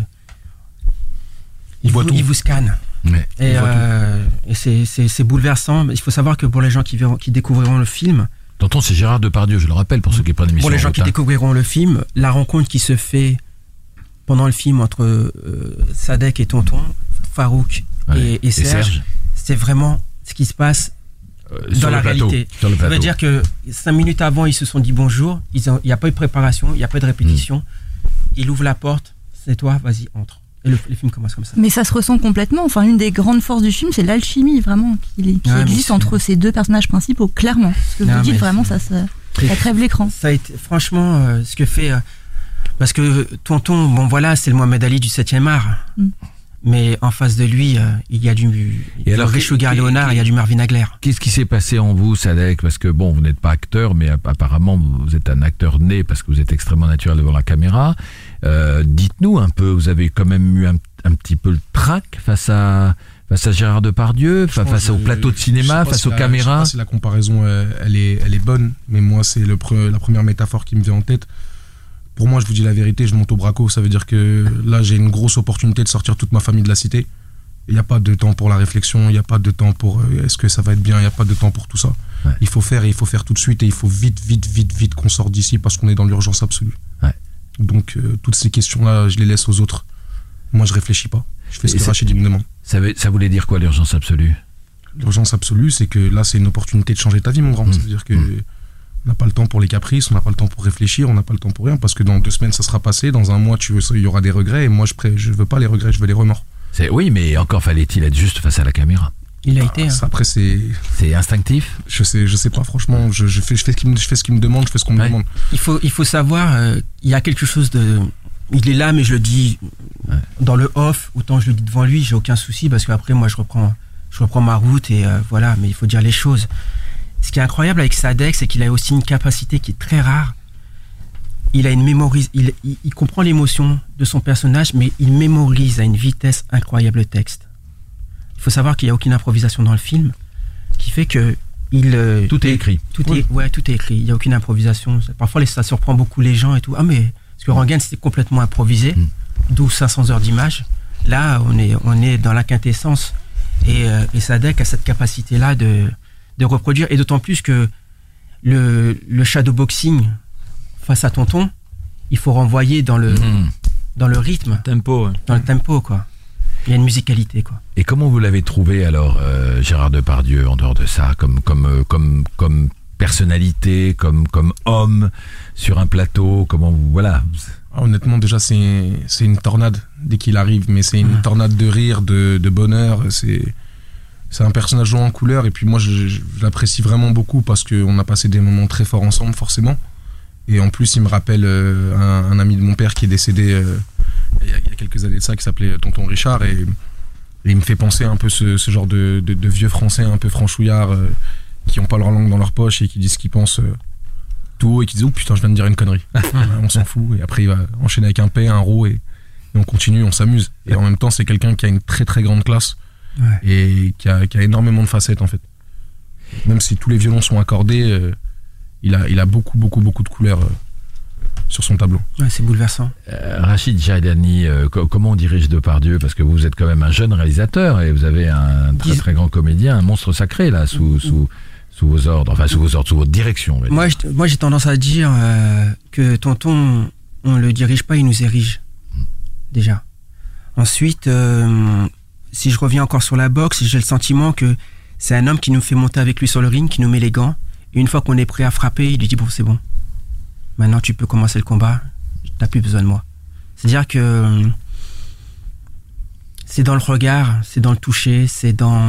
il vous scanne. Et c'est bouleversant. Il faut savoir que pour les gens qui découvriront le film. Tonton, c'est Gérard Depardieu, je le rappelle, pour ceux qui prennent l'émission. Pour les gens qui découvriront le film, la rencontre qui se fait pendant le film entre Sadek et Tonton, Farouk et Serge, c'est vraiment ce qui se passe dans la réalité. Ça veut dire que 5 minutes avant, ils se sont dit bonjour, il n'y a pas eu de préparation, il n'y a pas de répétition. Il ouvre la porte, c'est toi, vas-y, entre. Et le film commence comme ça. Mais ça se ressent complètement. Enfin, une des grandes forces du film, c'est l'alchimie, vraiment, qui existe entre ces 2 personnages principaux, clairement. Ce que vous dites, vraiment, ça crève l'écran. Ça a été, franchement, ce que fait... parce que Tonton, bon voilà, c'est le Mohamed Ali du 7e art. Mais en face de lui, il y a du Sugar Léonard, il y a du Marvin Hagler. Qu'est-ce qui s'est passé en vous, Sadek? Parce que bon, vous n'êtes pas acteur, mais apparemment vous êtes un acteur né parce que vous êtes extrêmement naturel devant la caméra. Dites-nous un peu, vous avez quand même eu un petit peu le trac face à Gérard Depardieu, face au plateau de cinéma, face aux caméras. Je sais pas si la comparaison elle est bonne, mais moi c'est la première métaphore qui me vient en tête. Pour moi, je vous dis la vérité, je monte au braco. Ça veut dire que là, j'ai une grosse opportunité de sortir toute ma famille de la cité. Il n'y a pas de temps pour la réflexion, il n'y a pas de temps pour est-ce que ça va être bien, il n'y a pas de temps pour tout ça. Il faut faire et il faut faire tout de suite et il faut vite qu'on sorte d'ici parce qu'on est dans l'urgence absolue. Donc, toutes ces questions-là, je les laisse aux autres. Moi, je réfléchis pas. Je fais ce que Rachid me demande. Ça voulait dire quoi, l'urgence absolue? L'urgence absolue, c'est que là, c'est une opportunité de changer ta vie, mon grand. Ça veut dire que on n'a pas le temps pour les caprices, on n'a pas le temps pour réfléchir, on n'a pas le temps pour rien, parce que dans 2 semaines, ça sera passé, dans 1 mois, il y aura des regrets, et moi, je veux pas les regrets, je veux les remords. Oui, mais encore fallait-il être juste face à la caméra. Il a été. Après, c'est instinctif. Je sais pas, franchement. Je fais ce qu'il me demande, je fais ce qu'on me demande. Il faut savoir, il y a quelque chose de. Il est là, mais je le dis dans le off. Autant je le dis devant lui, j'ai aucun souci parce qu'après, moi, je reprends ma route et voilà. Mais il faut dire les choses. Ce qui est incroyable avec Sadek, c'est qu'il a aussi une capacité qui est très rare. Il a une mémorise. Il comprend l'émotion de son personnage, mais il mémorise à une vitesse incroyable le texte. Il faut savoir qu'il n'y a aucune improvisation dans le film, qui fait que tout est écrit. Tout est écrit. Il n'y a aucune improvisation. Parfois, ça surprend beaucoup les gens et tout. Ah, mais parce que Rangan, c'était complètement improvisé, d'où 500 heures d'image. Là, on est dans la quintessence. Et Sadek a cette capacité-là de reproduire. Et d'autant plus que le shadowboxing face à Tonton, il faut renvoyer dans le rythme. Tempo. Dans le tempo, quoi. Il y a une musicalité, quoi. Et comment vous l'avez trouvé alors, Gérard Depardieu, en dehors de ça, comme personnalité, comme homme sur un plateau, voilà. Honnêtement, déjà c'est une tornade dès qu'il arrive, mais c'est une tornade de rire, de bonheur. C'est un personnage haut en couleur et puis moi je l'apprécie vraiment beaucoup parce qu'on a passé des moments très forts ensemble, forcément. Et en plus, il me rappelle un ami de mon père qui est décédé il y a quelques années de ça, qui s'appelait Tonton Richard, et il me fait penser un peu ce genre de vieux français un peu franchouillards qui n'ont pas leur langue dans leur poche et qui disent ce qu'ils pensent tout haut et qui disent « Oh putain, je viens de dire une connerie ». On s'en fout, et après il va enchaîner avec un P, un Rho, et on continue, on s'amuse. Et en même temps, c'est quelqu'un qui a une très très grande classe et qui a énormément de facettes en fait. Même si tous les violons sont accordés, il a beaucoup de couleurs sur son tableau. Ouais, c'est bouleversant. Rachid Djahidani, comment on dirige Depardieu? Parce que vous êtes quand même un jeune réalisateur et vous avez un très très grand comédien, un monstre sacré là sous vos ordres, sous votre direction. Moi j'ai tendance à dire que Tonton, on le dirige pas, il nous érige. Déjà. Ensuite, si je reviens encore sur la boxe, j'ai le sentiment que c'est un homme qui nous fait monter avec lui sur le ring, qui nous met les gants. Et une fois qu'on est prêt à frapper, il lui dit bon, c'est bon. Maintenant, tu peux commencer le combat. T'as plus besoin de moi. C'est-à-dire que c'est dans le regard, c'est dans le toucher, c'est dans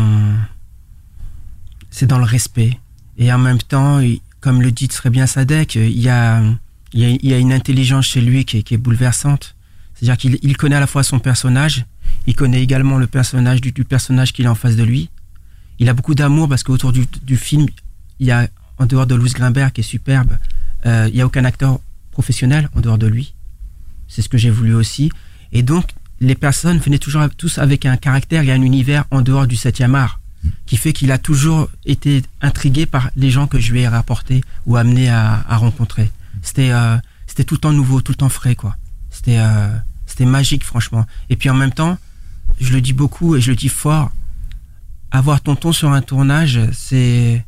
le respect. Et en même temps, comme le dit très bien Sadek, il y a une intelligence chez lui qui est bouleversante. C'est-à-dire qu'il connaît à la fois son personnage, il connaît également le personnage du personnage qu'il a en face de lui. Il a beaucoup d'amour parce qu'autour du film, il y a, en dehors de Louis Grimbert qui est superbe, il n'y a aucun acteur professionnel en dehors de lui. C'est ce que j'ai voulu aussi. Et donc, les personnes venaient toujours tous avec un caractère et un univers en dehors du 7e art, qui fait qu'il a toujours été intrigué par les gens que je lui ai rapportés ou amenés à rencontrer. C'était tout le temps nouveau, tout le temps frais, quoi. C'était magique, franchement. Et puis en même temps, je le dis beaucoup et je le dis fort, avoir Tonton sur un tournage, c'est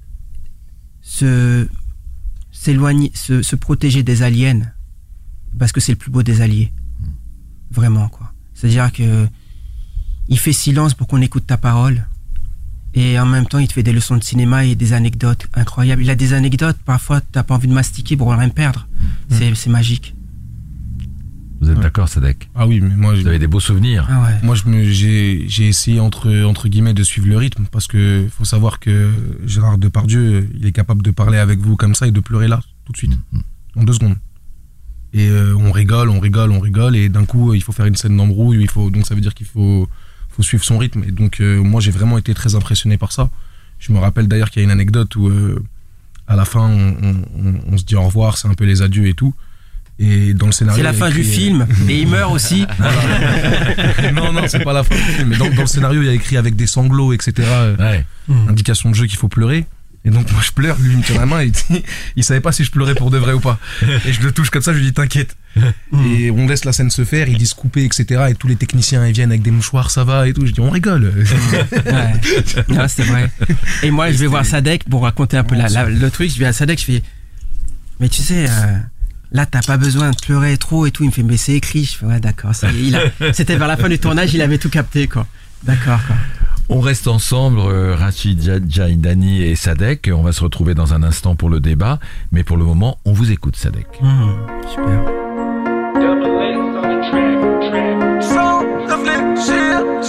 s'éloigner, se protéger des aliens, parce que c'est le plus beau des alliés. Vraiment, quoi. C'est-à-dire que il fait silence pour qu'on écoute ta parole, et en même temps, il te fait des leçons de cinéma et des anecdotes incroyables. Il a des anecdotes, parfois, t'as pas envie de mastiquer pour rien perdre. C'est magique. Vous êtes d'accord, Sadek? Ah oui, mais moi... Vous avez des beaux souvenirs. Ah ouais. Moi, j'ai essayé, entre guillemets, de suivre le rythme, parce que faut savoir que Gérard Depardieu, il est capable de parler avec vous comme ça et de pleurer là, tout de suite, en 2 secondes. Et on rigole, et d'un coup, il faut faire une scène d'embrouille, donc ça veut dire qu'il faut suivre son rythme. Et donc, moi, j'ai vraiment été très impressionné par ça. Je me rappelle d'ailleurs qu'il y a une anecdote où, à la fin, on se dit au revoir, c'est un peu les adieux et tout. Et dans le scénario, c'est la fin du film et il meurt aussi. Non, c'est pas la fin du film. Mais dans le scénario, il y a écrit avec des sanglots, etc. Indication de jeu qu'il faut pleurer. Et donc moi je pleure, lui il me tient la main et il savait pas si je pleurais pour de vrai ou pas. Et je le touche comme ça, je lui dis t'inquiète. Et on laisse la scène se faire, ils disent couper, etc. Et tous les techniciens ils viennent avec des mouchoirs, ça va et tout. Je dis on rigole. Non, c'est vrai. Et moi je vais voir Sadek pour raconter un peu le truc. Je vais à Sadek, je fais mais tu sais. Là, t'as pas besoin de pleurer trop et tout. Il me fait, mais c'est écrit. Je fais, ouais, d'accord. C'était vers la fin du tournage, il avait tout capté, quoi. D'accord, quoi. On reste ensemble, Rachid Djahidani et Sadek. On va se retrouver dans un instant pour le débat. Mais pour le moment, on vous écoute, Sadek. Super.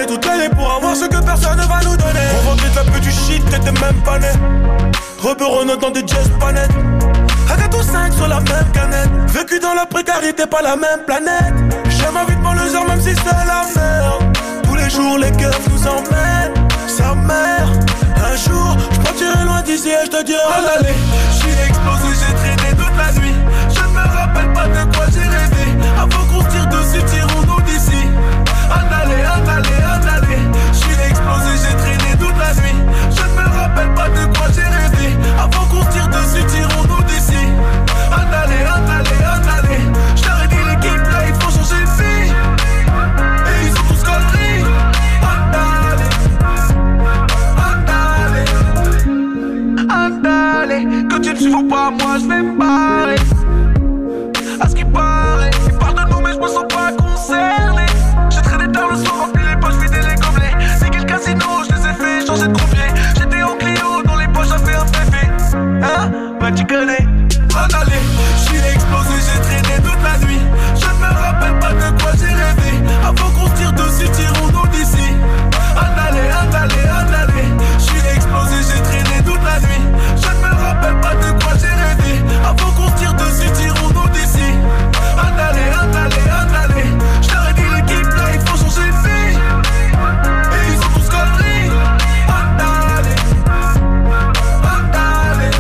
toute l'année pour avoir ce que personne ne va nous donner. On vendait de la pute du shit, t'étais même pas né. Reberonne dans des jazz panettes. Avec tous 5 sur la même canette. Vécu dans la précarité, pas la même planète. J'aime ma vie de banlieusard même si c'est la merde. Tous les jours les keufs nous emmènent. Sa mère, un jour j'partirai loin d'ici et je te dirai allez. J'suis explosé, j'ai traîné toute la nuit. Je ne me rappelle pas de quoi j'ai rêvé. Avant qu'on se tire dessus, tirons-nous d'ici. Andale, andale, andale. J'suis explosé, j'ai traîné toute la nuit. Je ne me rappelle pas de quoi j'ai rêvé. Avant qu'on se tire dessus, tirons-nous d'ici. Andale, andale, andale. J't'aurais dit l'équipe là, il faut changer de vie. Et ils sont tous conneries. Andale, andale, andale. Que tu ne suives pas, moi je vais me barrer. À ce qui paraît, ils parlent de nous mais je me sens pas concerné. J'ai traîné tard le soir, rempli les poches, vidé les gobelets. C'est quel casino, je les ai fait changer de croupier. J'étais en Clio, dans les poches, ça fait un féfé. Hein, bah tu connais. Andale, j'suis explosé, j'ai traîné toute la nuit. Je ne me rappelle pas de quoi j'ai rêvé. Avant qu'on se tire dessus, tirons-nous d'ici. Andale, andale, andale. J'suis explosé, j'ai traîné toute la nuit. Je ne me rappelle pas de quoi j'ai rêvé. Avant qu'on se tire dessus, tirons-nous d'ici. Andale, andale, andale. J't'aurais dit l'équipe là, il faut changer de vie. Et ils sont tous conneries. Andale, andale.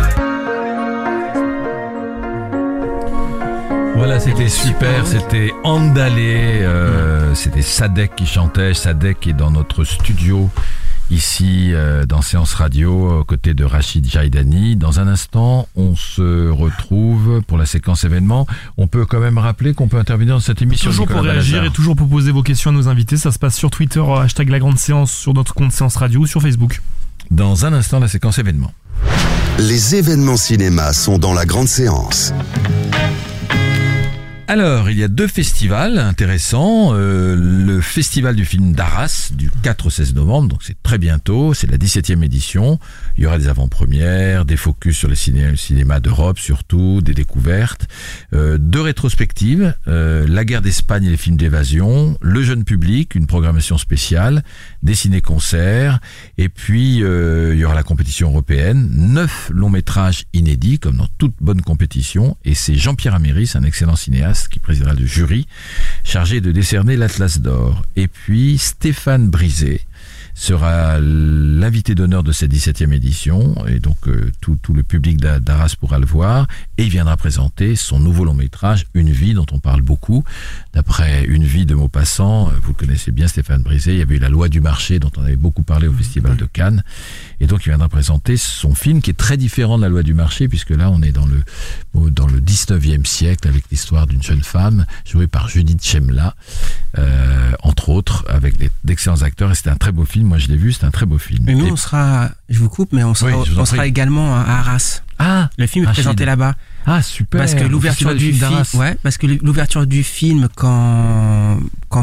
Voilà, c'était super, c'était Andale, c'était Sadek qui chantait. Sadek est dans notre studio ici dans Séance Radio aux côtés de Rachid Jaidani. Dans un instant, on se retrouve pour la séquence événement. On peut quand même rappeler qu'on peut intervenir dans cette émission. Toujours Nicolas pour réagir Balazar. et toujours pour poser vos questions à nos invités. Ça se passe sur Twitter, hashtag La Grande Séance, sur notre compte Séance Radio ou sur Facebook. Dans un instant, la séquence événement. Les événements cinéma sont dans la grande séance. Alors, il y a 2 festivals intéressants. Le festival du film d'Arras du 4 au 16 novembre, donc c'est très bientôt, c'est la 17e édition. Il y aura des avant-premières, des focus sur le cinéma d'Europe surtout, des découvertes, 2 rétrospectives, la guerre d'Espagne et les films d'évasion, le jeune public, une programmation spéciale, des ciné-concerts, et puis il y aura la compétition européenne, 9 longs métrages inédits, comme dans toute bonne compétition, et c'est Jean-Pierre Améris, un excellent cinéaste, qui présidera le jury, chargé de décerner l'Atlas d'or. Et puis Stéphane Brisé sera l'invité d'honneur de cette 17e édition, et donc tout le public d'Arras pourra le voir, et il viendra présenter son nouveau long métrage, Une vie, dont on parle beaucoup. D'après Une vie de Maupassant, vous le connaissez bien, Stéphane Brisé, il y avait eu La loi du marché, dont on avait beaucoup parlé au Festival de Cannes, et donc il viendra présenter son film, qui est très différent de La loi du marché, puisque là on est dans le 19e siècle, avec l'histoire d'une jeune femme, jouée par Judith Chemla, entre autres, avec d'excellents acteurs, et c'était un très beau film. Moi je l'ai vu, c'est un très beau film. Et nous on sera, je vous coupe, mais on sera également à Arras. Ah, le film est présenté là-bas. Ah super. Parce que l'ouverture du film, ouais, parce que l'ouverture du film quand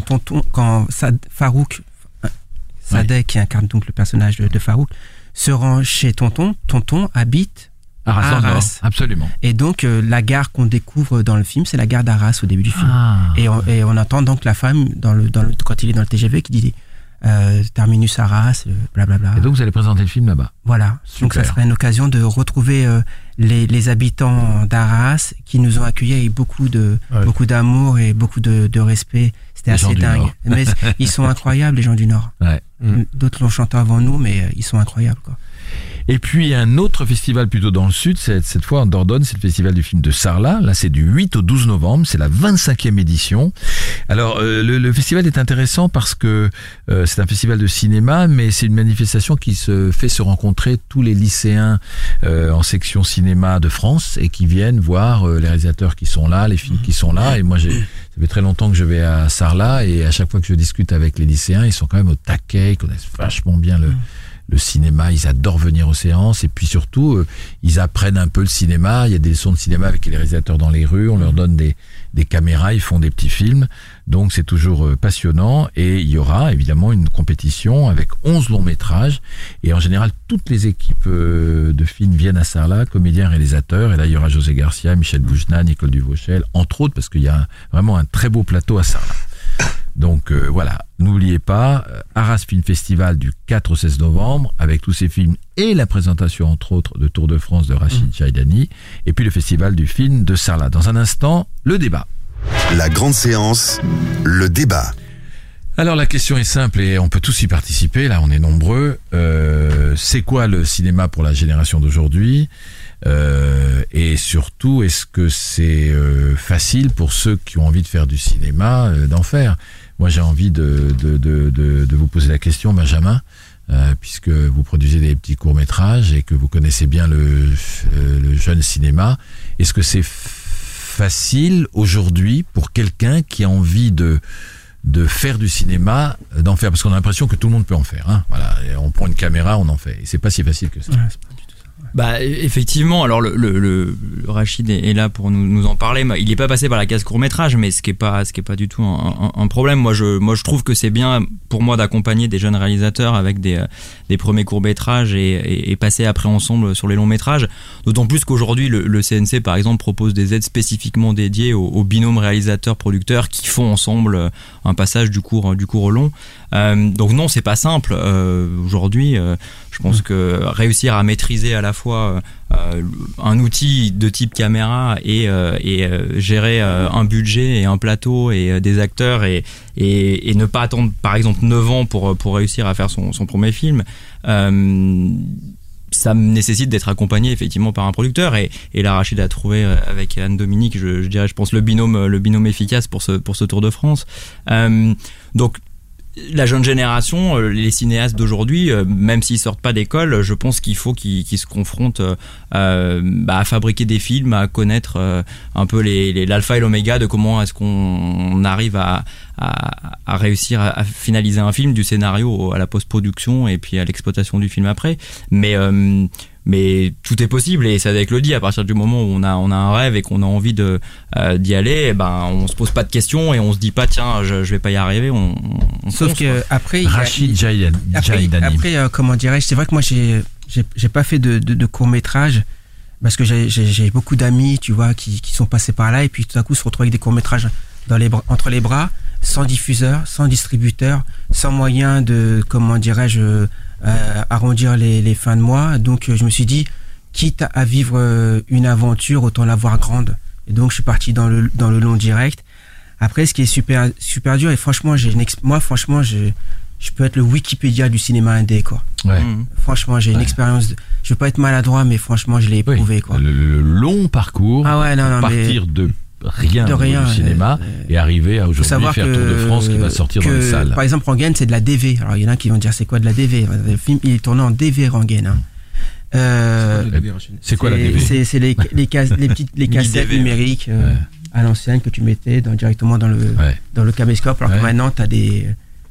Farouk, Sadek qui incarne donc le personnage de Farouk, se rend chez Tonton habite à Arras. Absolument. Et donc la gare qu'on découvre dans le film, c'est la gare d'Arras au début du film. Et on entend donc la femme quand il est dans le TGV qui dit terminus Arras, blablabla. Et donc vous allez présenter le film là-bas. Voilà. Super. Donc ça sera une occasion de retrouver les habitants d'Arras qui nous ont accueillis avec beaucoup d'amour et beaucoup de respect. C'était assez dingue. Mais ils sont incroyables, les gens du Nord. Ouais. D'autres l'ont chanté avant nous, mais ils sont incroyables, quoi. Et puis un autre festival plutôt dans le sud, cette fois en Dordogne, c'est le festival du film de Sarlat. Là c'est du 8 au 12 novembre, c'est la 25e édition. Alors le festival est intéressant parce que c'est un festival de cinéma, mais c'est une manifestation qui fait se rencontrer tous les lycéens en section cinéma de France et qui viennent voir les réalisateurs qui sont là, les films qui sont là. Et moi ça fait très longtemps que je vais à Sarlat et à chaque fois que je discute avec les lycéens, ils sont quand même au taquet, ils connaissent vachement bien le cinéma, ils adorent venir aux séances et puis surtout ils apprennent un peu le cinéma. Il y a des leçons de cinéma avec les réalisateurs dans les rues, on leur donne des caméras, ils font des petits films, donc c'est toujours passionnant. Et il y aura évidemment une compétition avec 11 longs métrages et en général toutes les équipes de films viennent à Sarlat, comédiens, réalisateurs, et là il y aura José Garcia, Michel Boujna, Nicole Duvauchel, entre autres, parce qu'il y a vraiment un très beau plateau à Sarlat. Donc voilà, n'oubliez pas, Arras Film Festival du 4 au 16 novembre, avec tous ces films et la présentation entre autres de Tour de France de Rachid Jaïdani, et puis le festival du film de Sarlat. Dans un instant, le débat. La grande séance, le débat. Alors la question est simple et on peut tous y participer, là on est nombreux. C'est quoi le cinéma pour la génération d'aujourd'hui ? Et surtout, est-ce que c'est facile pour ceux qui ont envie de faire du cinéma d'en faire ? Moi j'ai envie de vous poser la question, Benjamin, puisque vous produisez des petits courts-métrages et que vous connaissez bien le jeune cinéma. Est-ce que c'est facile aujourd'hui pour quelqu'un qui a envie de faire du cinéma, d'en faire, parce qu'on a l'impression que tout le monde peut en faire, hein. Voilà, et on prend une caméra, on en fait, et c'est pas si facile que ça. Ouais, c'est pas du tout ça. Ouais. Bah effectivement, alors le Rachid est là pour nous en parler. Il est pas passé par la case court-métrage, mais ce qui est pas du tout un problème. Moi je trouve que c'est bien pour moi d'accompagner des jeunes réalisateurs avec des premiers courts-métrages et passer après ensemble sur les longs-métrages. D'autant plus qu'aujourd'hui le CNC par exemple propose des aides spécifiquement dédiées aux binômes réalisateurs-producteurs qui font ensemble un passage du court au long. Donc non, c'est pas simple aujourd'hui. Je pense que réussir à maîtriser à la fois un outil de type caméra et gérer un budget et un plateau et des acteurs et ne pas attendre par exemple 9 ans pour réussir à faire son premier film, ça nécessite d'être accompagné effectivement par un producteur et là Rachid a trouvé avec Anne-Dominique je pense le binôme efficace pour ce Tour de France. Donc la jeune génération, les cinéastes d'aujourd'hui, même s'ils sortent pas d'école, je pense qu'il faut qu'ils se confrontent à fabriquer des films, à connaître un peu l'alpha et l'oméga de comment est-ce qu'on arrive à réussir à finaliser un film, du scénario à la post-production et puis à l'exploitation du film après. Mais tout est possible et ça avec le dit, à partir du moment où on a un rêve et qu'on a envie d'y aller, on se pose pas de questions et on se dit pas tiens je vais pas y arriver, on sauf que après Rachid Jaïdani. Après comment dirais-je, c'est vrai que moi j'ai pas fait de court-métrage parce que j'ai beaucoup d'amis, tu vois, qui sont passés par là et puis tout à coup se retrouvent avec des courts-métrages entre les bras, sans diffuseur, sans distributeur, sans moyen de, comment dirais-je, arrondir les fins de mois. Donc je me suis dit, quitte à vivre une aventure, autant la voir grande. Et donc je suis parti dans le long direct. Après, ce qui est super super dur, et franchement je peux être le Wikipédia du cinéma indé, quoi. Ouais. Franchement, j'ai une expérience. Je veux pas être maladroit, mais franchement, je l'ai éprouvé, quoi. Le long parcours. Ah ouais, non, partir de rien du cinéma et arriver à aujourd'hui faire Tour de France qui va sortir dans les salles. Par exemple, Rangaine, c'est de la DV. Alors il y en a qui vont dire c'est quoi de la DV. Le film il est tourné en DV Rangaine. Hein. C'est quoi la DV? C'est les cassettes numériques à l'ancienne que tu mettais directement dans le caméscope. Alors que maintenant t'as des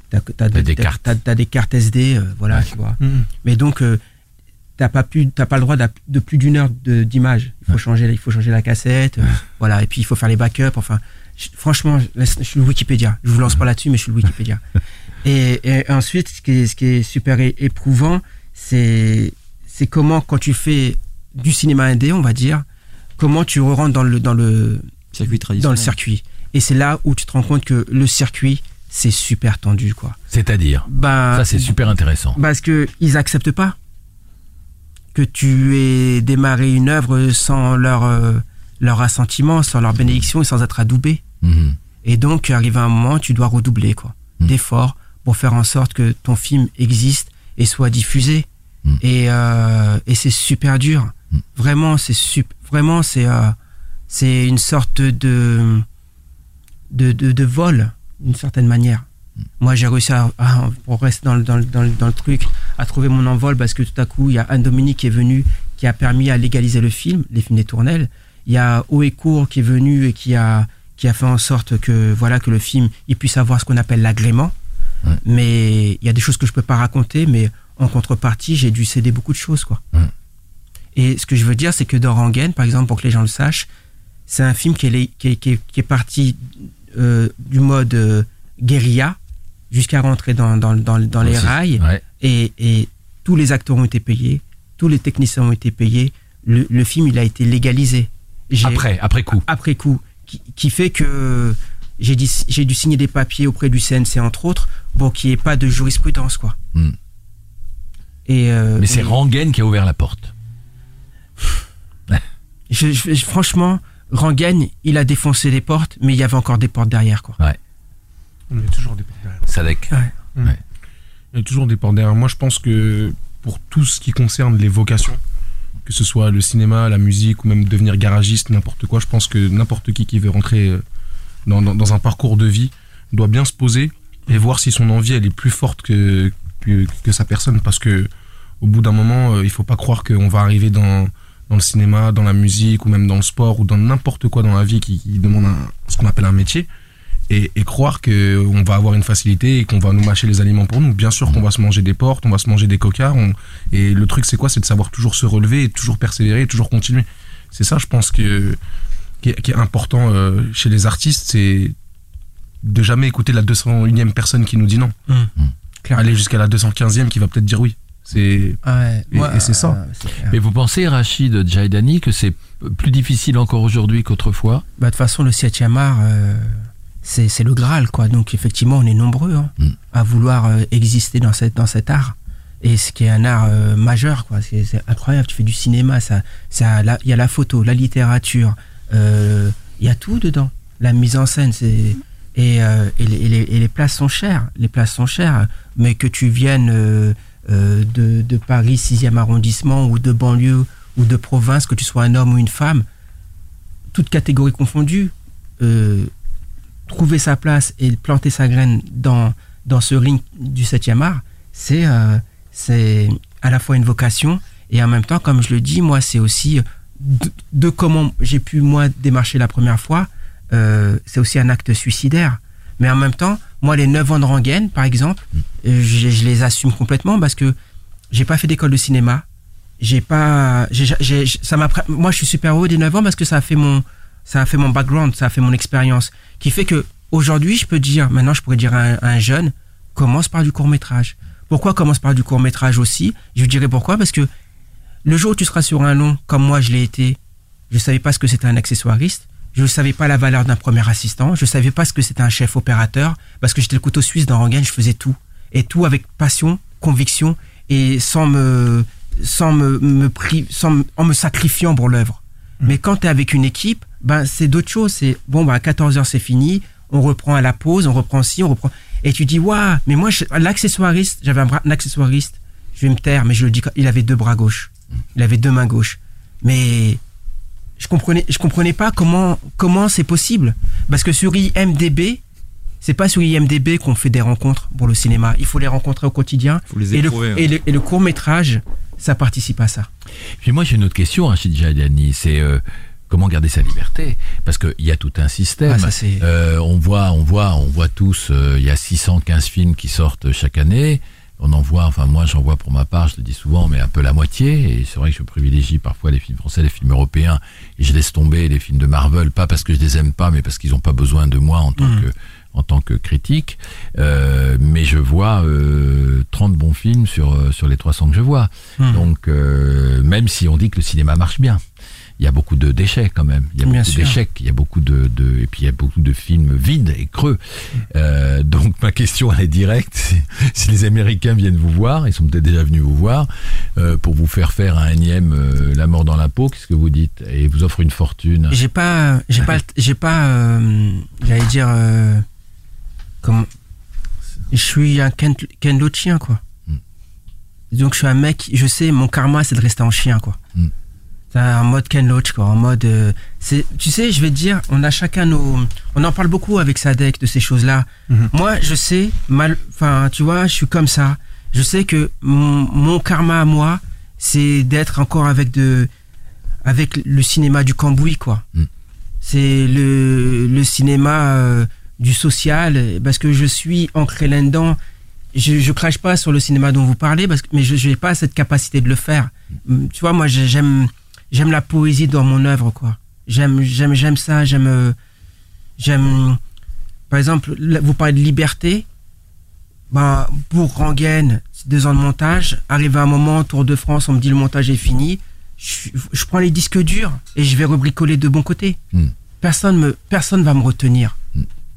cartes SD, voilà, tu vois. Mais donc t'as pas le droit de plus d'une heure d'image. Il faut changer la cassette, voilà. Et puis il faut faire les backups. Enfin, franchement, je suis le Wikipédia. Je vous lance pas là-dessus, mais je suis le Wikipédia. et ensuite, ce qui est super éprouvant, c'est comment, quand tu fais du cinéma indé, on va dire, comment tu rentres dans le circuit traditionnel. Dans le circuit. Et c'est là où tu te rends compte que le circuit, c'est super tendu, quoi. C'est-à-dire, ça c'est super intéressant. Parce que ils acceptent pas que tu aies démarré une œuvre sans leur assentiment, sans leur bénédiction et sans être adoubé. Et donc, arrivé à un moment, tu dois redoubler, quoi, d'efforts pour faire en sorte que ton film existe et soit diffusé. Et c'est super dur. Vraiment, c'est une sorte de vol, d'une certaine manière. Moi, j'ai réussi pour rester dans le truc, à trouver mon envol parce que tout à coup, il y a Anne-Dominique qui est venue, qui a permis à légaliser le film, les films des Tournelles. Il y a Haut et Court qui est venu et qui a fait en sorte que le film il puisse avoir ce qu'on appelle l'agrément. Mais il y a des choses que je peux pas raconter, mais en contrepartie, j'ai dû céder beaucoup de choses, quoi. Et ce que je veux dire, c'est que dans Rangaine, par exemple, pour que les gens le sachent, c'est un film qui est parti du mode guérilla jusqu'à rentrer dans les rails. Et tous les acteurs ont été payés, tous les techniciens ont été payés. Le film, il a été légalisé. Après coup. Qui fait que j'ai dû signer des papiers auprès du CNC entre autres, pour qu'il n'y ait pas de jurisprudence, quoi. Mais c'est Ranguène qui a ouvert la porte. Franchement, Ranguène, il a défoncé les portes, mais il y avait encore des portes derrière, quoi. Ouais. Il y a toujours des portes derrière. Sadek. Ouais. Il y a toujours des portes derrière. Moi, je pense que pour tout ce qui concerne les vocations, que ce soit le cinéma, la musique ou même devenir garagiste, n'importe quoi, je pense que n'importe qui veut rentrer dans un parcours de vie doit bien se poser et voir si son envie elle est plus forte que sa personne, parce que au bout d'un moment, il faut pas croire qu'on va arriver dans le cinéma, dans la musique ou même dans le sport ou dans n'importe quoi dans la vie qui demande ce qu'on appelle un métier et croire qu'on va avoir une facilité et qu'on va nous mâcher les aliments pour nous. Bien sûr qu'on va se manger des portes, on va se manger des cocards et le truc c'est quoi? C'est de savoir toujours se relever, toujours persévérer, toujours continuer. C'est ça, je pense, qui est important chez les artistes, c'est de jamais écouter la 201e personne qui nous dit non. Aller jusqu'à la 215e qui va peut-être dire oui. Et c'est ça. Mais vous pensez, Rachid Djaïdani, que c'est plus difficile encore aujourd'hui qu'autrefois? De toute façon, le 7e art, c'est le Graal, quoi. Donc effectivement, on est nombreux à vouloir exister dans cet art. Et ce qui est un art majeur, quoi. C'est incroyable. Tu fais du cinéma, il y a la photo, la littérature, il y a tout dedans. La mise en scène, et les places sont chères. Les places sont chères, mais que tu viennes de Paris 6e arrondissement ou de banlieue ou de province, que tu sois un homme ou une femme, toutes catégories confondues, trouver sa place et planter sa graine dans ce ring du 7e art, c'est à la fois une vocation et en même temps, comme je le dis, moi c'est aussi de comment j'ai pu moi démarcher la première fois, c'est aussi un acte suicidaire. Mais en même temps, moi, les 9 ans de Ranguène, par exemple, je les assume complètement parce que j'ai pas fait d'école de cinéma. Moi, je suis super heureux des 9 ans parce que ça a fait mon background, ça a fait mon expérience, qui fait que aujourd'hui, maintenant, je pourrais dire à un jeune, commence par du court-métrage. Pourquoi commence par du court-métrage aussi? Je vous dirais pourquoi, parce que le jour où tu seras sur un long, comme moi, je l'ai été, je savais pas ce que c'était un accessoiriste. Je ne savais pas la valeur d'un premier assistant. Je ne savais pas ce que c'était un chef opérateur. Parce que j'étais le couteau suisse dans Ranguène, je faisais tout. Et tout avec passion, conviction et en me sacrifiant pour l'œuvre. Mais quand tu es avec une équipe, c'est d'autres choses. C'est à 14h, c'est fini. On reprend à la pause, on reprend ci, on reprend. Et tu dis, waouh, mais moi, l'accessoiriste, j'avais un accessoiriste. Je vais me taire, mais je le dis, il avait 2 bras gauches. Il avait 2 mains gauches. Mais je comprenais pas comment c'est possible. Parce que sur IMDb, c'est pas sur IMDb qu'on fait des rencontres pour le cinéma. Il faut les rencontrer au quotidien. Faut les éprouver, et le court-métrage, ça participe à ça. Puis moi, j'ai une autre question, Rachid Djaïdani, c'est comment garder sa liberté? Parce qu'il y a tout un système. On voit tous, il y a 615 films qui sortent chaque année. On en voit, moi j'en vois pour ma part, je le dis souvent, mais un peu la moitié, et c'est vrai que je privilégie parfois les films français, les films européens, et je laisse tomber les films de Marvel, pas parce que je les aime pas, mais parce qu'ils n'ont pas besoin de moi en tant que critique, mais je vois 30 bons films sur les 300 que je vois. Donc, même si on dit que le cinéma marche bien, il y a beaucoup de déchets quand même. Il y a beaucoup d'échecs, il y a beaucoup et puis il y a beaucoup de films vides et creux. Donc ma question elle est directe. Si les Américains viennent vous voir, ils sont peut-être déjà venus vous voir pour vous faire un énième La mort dans la peau, qu'est-ce que vous dites? Et ils vous offrent une fortune. J'allais dire je suis un Ken Loachien, quoi. Donc je suis un mec, je sais, mon karma c'est de rester en chien, quoi. En mode Ken Loach, quoi, en mode tu sais, je vais te dire, on a chacun on en parle beaucoup avec Sadek de ces choses-là. Moi, je sais tu vois, je suis comme ça. Je sais que mon karma à moi, c'est d'être encore avec le cinéma du cambouis, quoi. C'est le cinéma du social, parce que je suis ancré là-dedans. Je crache pas sur le cinéma dont vous parlez, mais je n'ai pas cette capacité de le faire. Tu vois, moi, j'aime la poésie dans mon œuvre, quoi. J'aime ça, j'aime, par exemple, vous parlez de liberté. Pour Ranguène, 2 ans de montage. Arrivé à un moment, Tour de France, on me dit le montage est fini. Je prends les disques durs et je vais rebricoler de bon côté. Personne va me retenir.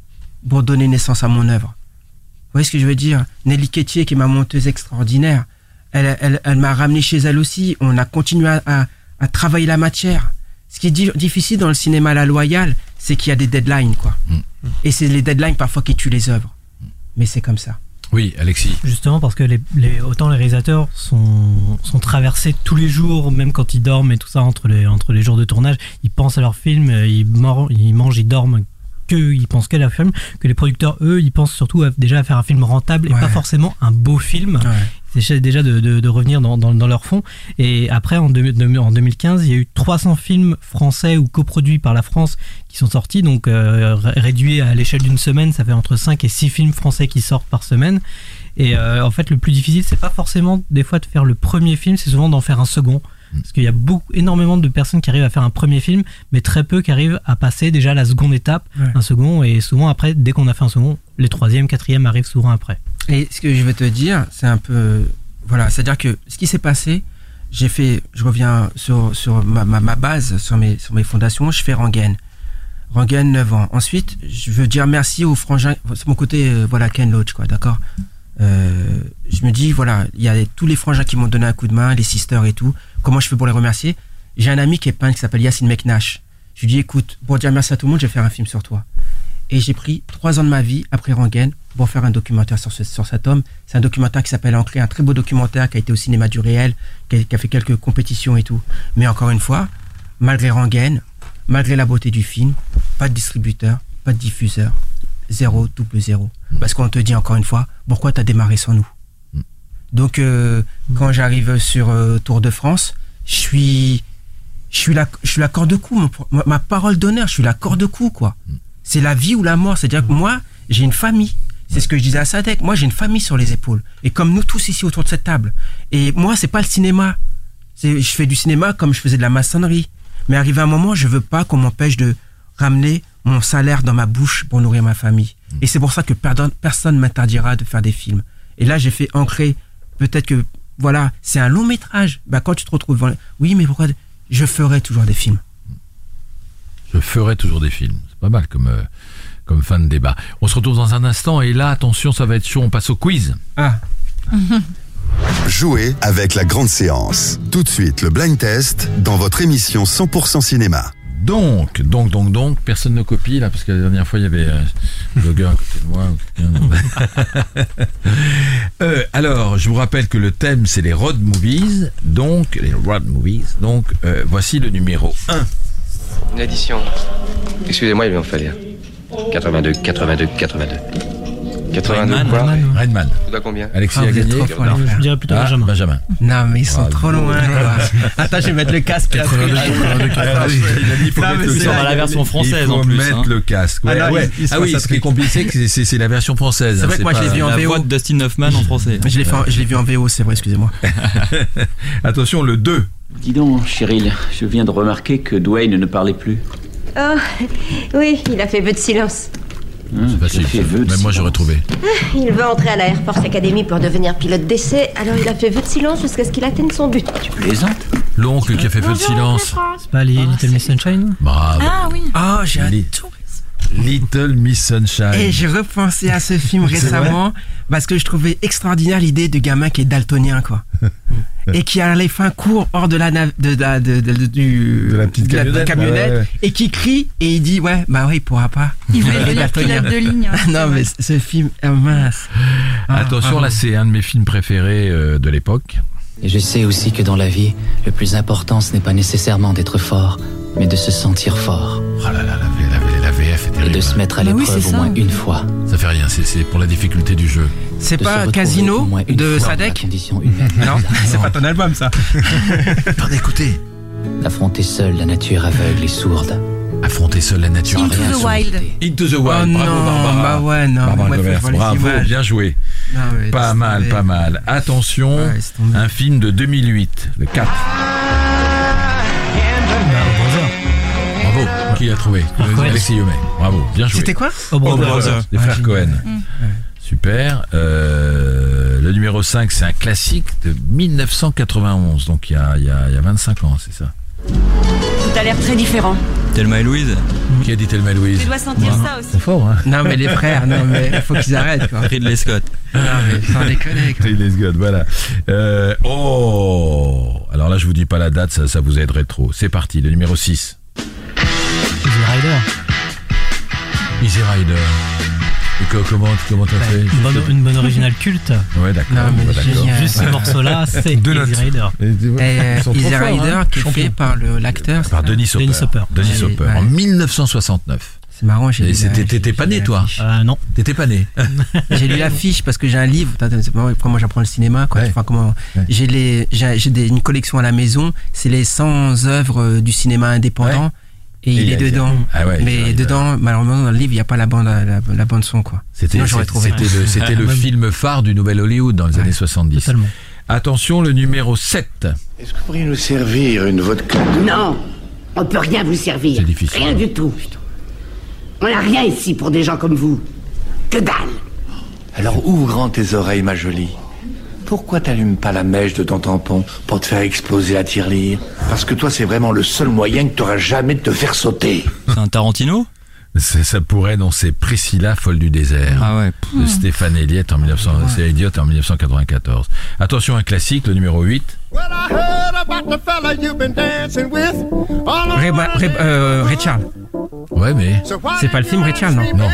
pour donner naissance à mon œuvre. Vous voyez ce que je veux dire? Nelly Quétier, qui est ma monteuse extraordinaire, elle m'a ramené chez elle aussi. On a continué à travailler la matière. Ce qui est difficile dans le cinéma à la loyale, c'est qu'il y a des deadlines, quoi. Et c'est les deadlines parfois qui tuent les œuvres. Mais c'est comme ça. Oui, Alexis. Justement parce que autant les réalisateurs sont traversés tous les jours, même quand ils dorment et tout ça, entre les jours de tournage, ils pensent à leur film, ils mangent, ils dorment, ils pensent qu'à leur film, que les producteurs, eux, ils pensent surtout déjà à faire un film rentable et pas forcément un beau film. C'est déjà de revenir dans leur fond. Et après, en 2015, il y a eu 300 films français ou coproduits par la France qui sont sortis, donc réduit à l'échelle d'une semaine, ça fait entre 5 et 6 films français qui sortent par semaine. Et en fait, le plus difficile, c'est pas forcément des fois de faire le premier film, c'est souvent d'en faire un second. Parce qu'il y a énormément de personnes qui arrivent à faire un premier film, mais très peu qui arrivent à passer déjà la seconde étape, un second, et souvent après, dès qu'on a fait un second, les troisième, quatrième arrivent souvent après. Et ce que je vais te dire, c'est un peu... Voilà, c'est-à-dire que ce qui s'est passé, je reviens sur ma base, sur mes fondations, je fais Rangaine. Rangaine, 9 ans. Ensuite, je veux dire merci aux frangins, c'est mon côté, Ken Loach, quoi, d'accord? Je me dis, voilà, il y a tous les frangins qui m'ont donné un coup de main, les sisters et tout. Comment je fais pour les remercier? J'ai un ami qui est peintre qui s'appelle Yacine Meknash. Je lui dis, écoute, pour dire merci à tout le monde, je vais faire un film sur toi. Et j'ai pris 3 ans de ma vie après Rangaine pour faire un documentaire sur cet homme. C'est un documentaire qui s'appelle Enclé, un très beau documentaire qui a été au cinéma du réel, qui a fait quelques compétitions et tout. Mais encore une fois, malgré Rangaine, malgré la beauté du film, pas de distributeur, pas de diffuseur, 0. Parce qu'on te dit encore une fois, pourquoi t'as démarré sans nous? Donc quand j'arrive sur Tour de France, je suis la corde de cou, ma parole d'honneur, je suis la corde de cou, quoi. C'est la vie ou la mort. C'est-à-dire que moi, j'ai une famille. C'est ce que je disais à Sadek. Moi, j'ai une famille sur les épaules. Et comme nous tous ici autour de cette table. Et moi, c'est pas le cinéma. Je fais du cinéma comme je faisais de la maçonnerie. Mais arrivé un moment, je veux pas qu'on m'empêche de ramener mon salaire dans ma bouche pour nourrir ma famille. Et c'est pour ça que personne m'interdira de faire des films. Et là, j'ai fait ancrer. Peut-être que, voilà, c'est un long métrage. Quand tu te retrouves... Oui, mais pourquoi... Je ferai toujours des films. Je ferai toujours des films. C'est pas mal comme fin de débat. On se retrouve dans un instant et là, attention, ça va être chaud. On passe au quiz. Jouez avec la grande séance. Tout de suite, le blind test dans votre émission 100% cinéma. Donc, personne ne copie là, parce que la dernière fois il y avait un blogueur à côté de moi. Alors, je vous rappelle que le thème c'est les road movies. Donc, voici le numéro 1. Une addition. Excusez-moi, il va en falloir. 82. 82 quoi? Redman. Tu dois combien? Alexis a gagné. Je dirais plutôt Benjamin. Non, mais ils sont trop loin, quoi. Attends, je vais mettre le casque. 82. Il faut mettre la version française en plus. Il faut mettre le casque. Oui, ce qui est compliqué, c'est la version française. C'est vrai que moi, je l'ai vu en VO. La voix de Dustin Hoffman en français. Mais je l'ai vu en VO, c'est vrai, excusez-moi. Attention, le 2. Dis donc, Cheryl, je viens de remarquer que Dwayne ne parlait plus. Oh, oui, il a fait vœu de silence. C'est facile. Même moi j'aurais trouvé. Il veut entrer à la Air Force Academy pour devenir pilote d'essai, alors il a fait vœu de silence jusqu'à ce qu'il atteigne son but. Tu plaisantes? L'oncle qui a fait vœu de silence. C'est pas Little Miss Sunshine? Bravo. Ah oui. Ah, j'ai adoré. Little Miss Sunshine. Et j'ai repensé à ce film récemment parce que je trouvais extraordinaire l'idée du gamin qui est daltonien, quoi. Et qui a les fins courts hors de la petite camionnette et qui crie et il dit il pourra pas. Il voulait devenir pilote de ligne. Non, mais ce film est mince. Attention, là c'est un de mes films préférés de l'époque. Et je sais aussi que dans la vie, le plus important ce n'est pas nécessairement d'être fort, mais de se sentir fort. Oh là là, la VF est terrible. Et de se mettre à l'épreuve au moins une fois. Ça fait rien, c'est pour la difficulté du jeu. C'est pas Casino de Sadek? Non, c'est pas ton album ça. Attendez, écoutez. Affronter seul la nature aveugle et sourde. Affronter seul la nature Into the Wild. Into the Wild, bravo Barbara. Bravo, bien joué. Non, pas mal. Attention, un film de 2008, le 4. Bravo, qui l'a trouvé? Alexis Yomé. Bravo, bien joué. C'était quoi? Brothers, les frères Cohen. Super. Le numéro 5, c'est un classique de 1991, donc il y a 25 ans, c'est ça. Tout a l'air très différent. Thelma et Louise. Qui a dit Thelma et Louise? Tu dois sentir ça aussi. C'est fort, hein? Non, mais les frères, non, mais il faut qu'ils arrêtent, quoi. Ridley Scott. Non, mais sans déconner, quoi. Ridley Scott, voilà. Alors là, je vous dis pas la date, ça vous aiderait trop. C'est parti, le numéro 6. Easy Rider. Easy Rider. Et comment t'as fait? Une bonne originale culte. Ouais, d'accord. Non, mais Juste ce morceau-là, c'est Easy Rider. Easy Rider qui est fait par l'acteur. Par Denis Hopper. Denis Hopper, en 1969. C'est marrant, j'ai lu. T'étais pas né, toi? Non. T'étais pas né. J'ai lu l'affiche parce que j'ai un livre. Comment j'apprends le cinéma, quoi. Ouais. Enfin, j'ai une collection à la maison. C'est les 100 œuvres du cinéma indépendant. Et il est dedans. Ah ouais, mais dedans, malheureusement, dans le livre, il n'y a pas la bande son, quoi. Sinon, j'aurais trouvé. C'était le film phare du Nouvel Hollywood dans les années 70. Totalement. Attention, le numéro 7. Est-ce que vous pourriez nous servir une vodka? Non, on ne peut rien vous servir. C'est difficile. Rien du tout. On n'a rien ici pour des gens comme vous. Que dalle. Alors ouvre grand tes oreilles, ma jolie. Pourquoi t'allumes pas la mèche de ton tampon pour te faire exploser la tirelire? Parce que toi, c'est vraiment le seul moyen que t'auras jamais de te faire sauter. C'est un Tarantino? Ça pourrait, non, c'est Priscilla, folle du désert. Ah ouais. De Stéphane Elliott en 1994. Attention, un classique, le numéro 8. Ray Charles. Ouais, mais. C'est pas le film Ray Charles, non? Non.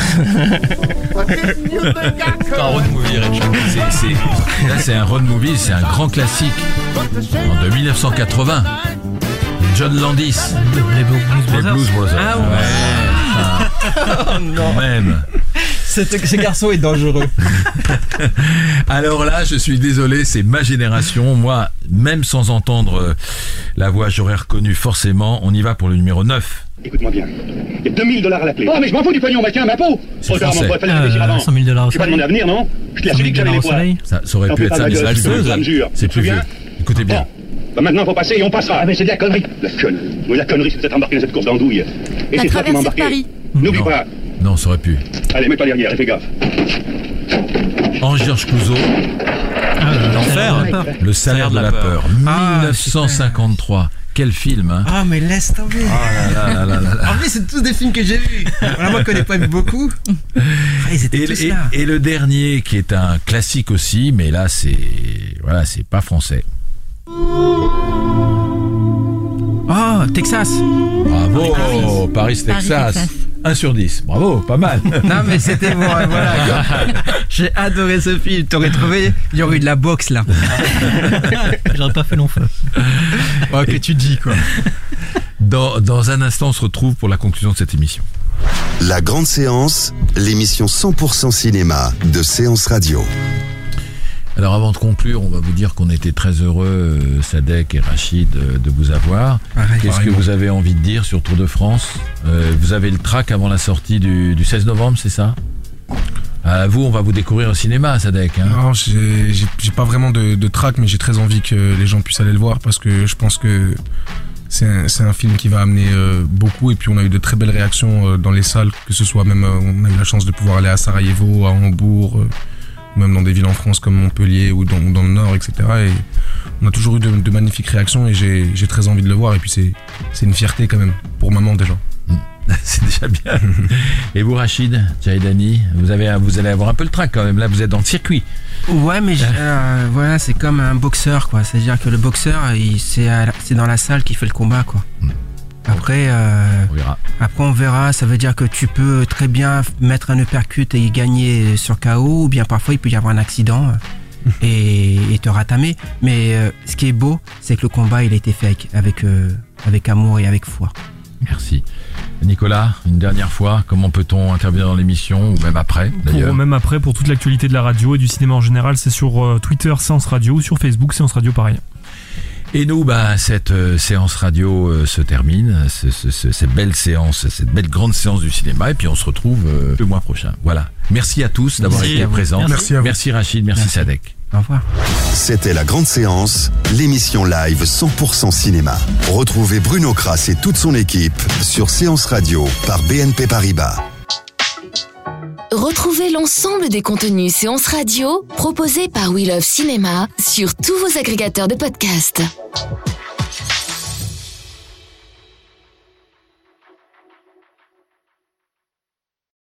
C'est un road movie, Richard. Là, c'est un road movie, c'est un grand classique. De 1980. John Landis. Les Blues Brothers. Ah ouais. Non. Même. Ce garçon est dangereux. Alors là, je suis désolé, c'est ma génération. Moi, même sans entendre la voix, j'aurais reconnu forcément. On y va pour le numéro 9. Écoute-moi bien. Il y a $2000 à la clé. Oh, mais je m'en fous du pognon, bah tiens, ma peau. C'est français. $100 000 au soleil. Je pas demandé à venir, non? Je te l'ai assuré que j'avais les poids. Ça aurait pu être ça, mais c'est plus vieux. Écoutez bien. Bah maintenant, faut passer et on passera. Ah, mais c'est de la connerie. La connerie. Oui, la connerie, c'est de s'être embarqué dans cette course d'andouille. Et c'est toi qui m'as embarqué. N'oublie pas. Non, ça aurait pu. Allez, mets-toi derrière et fais gaffe. Ange-Georges Clouzot. L'enfer. Le salaire de la peur. 1953. Quel film, hein? Ah, mais laisse tomber. Ah là. En fait, c'est tous des films que j'ai vus. Moi, je connais pas beaucoup. Ils étaient tous là. Et le dernier, qui est un classique aussi, mais là, c'est pas français. Oh, Texas. Bravo, Paris, Texas. 1 sur 10. Bravo, pas mal. Non, mais c'était bon, voilà. J'ai adoré ce film. T'aurais trouvé, il y aurait eu de la boxe là. J'aurais pas fait long feu. Oh, que tu dis, quoi. Dans un instant, on se retrouve pour la conclusion de cette émission. La grande séance, l'émission 100% cinéma de Séance Radio. Alors avant de conclure, on va vous dire qu'on était très heureux, Sadek et Rachid, de vous avoir. Qu'est-ce que vous avez envie de dire sur Tour de France? Vous avez le track avant la sortie du 16 novembre, c'est ça? Vous, on va vous découvrir au cinéma, Sadek. Hein? Non, j'ai pas vraiment de track, mais j'ai très envie que les gens puissent aller le voir parce que je pense que c'est un film qui va amener beaucoup. Et puis on a eu de très belles réactions dans les salles, que ce soit même, on a eu la chance de pouvoir aller à Sarajevo, à Hambourg, même dans des villes en France comme Montpellier ou dans le Nord, etc. Et on a toujours eu de magnifiques réactions et j'ai très envie de le voir. Et puis c'est une fierté quand même, pour maman déjà. C'est déjà bien. Et vous, Rachid, Djahidani, vous allez avoir un peu le trac quand même. Là, vous êtes dans le circuit. Ouais, mais voilà, c'est comme un boxeur, quoi. C'est-à-dire que le boxeur, c'est dans la salle qu'il fait le combat, quoi. Après, on verra. Ça veut dire que tu peux très bien mettre un uppercut et gagner sur KO, ou bien parfois il peut y avoir un accident et te ratamer. Mais ce qui est beau, c'est que le combat, il a été fait avec amour et avec foi. Merci. Nicolas, une dernière fois, comment peut-on intervenir dans l'émission, ou même après d'ailleurs? Même après, pour toute l'actualité de la radio et du cinéma en général, c'est sur Twitter Séance Radio, ou sur Facebook Séance Radio pareil. Et nous, cette séance radio se termine, cette belle séance, cette belle grande séance du cinéma, et puis on se retrouve le mois prochain. Voilà. Merci à tous d'avoir été présents. Merci à vous. Merci Rachid, merci Sadek. Au revoir. C'était La Grande Séance, l'émission live 100% cinéma. Retrouvez Bruno Kras et toute son équipe sur Séance Radio par BNP Paribas. Retrouvez l'ensemble des contenus Séance Radio proposés par We Love Cinéma sur tous vos agrégateurs de podcasts.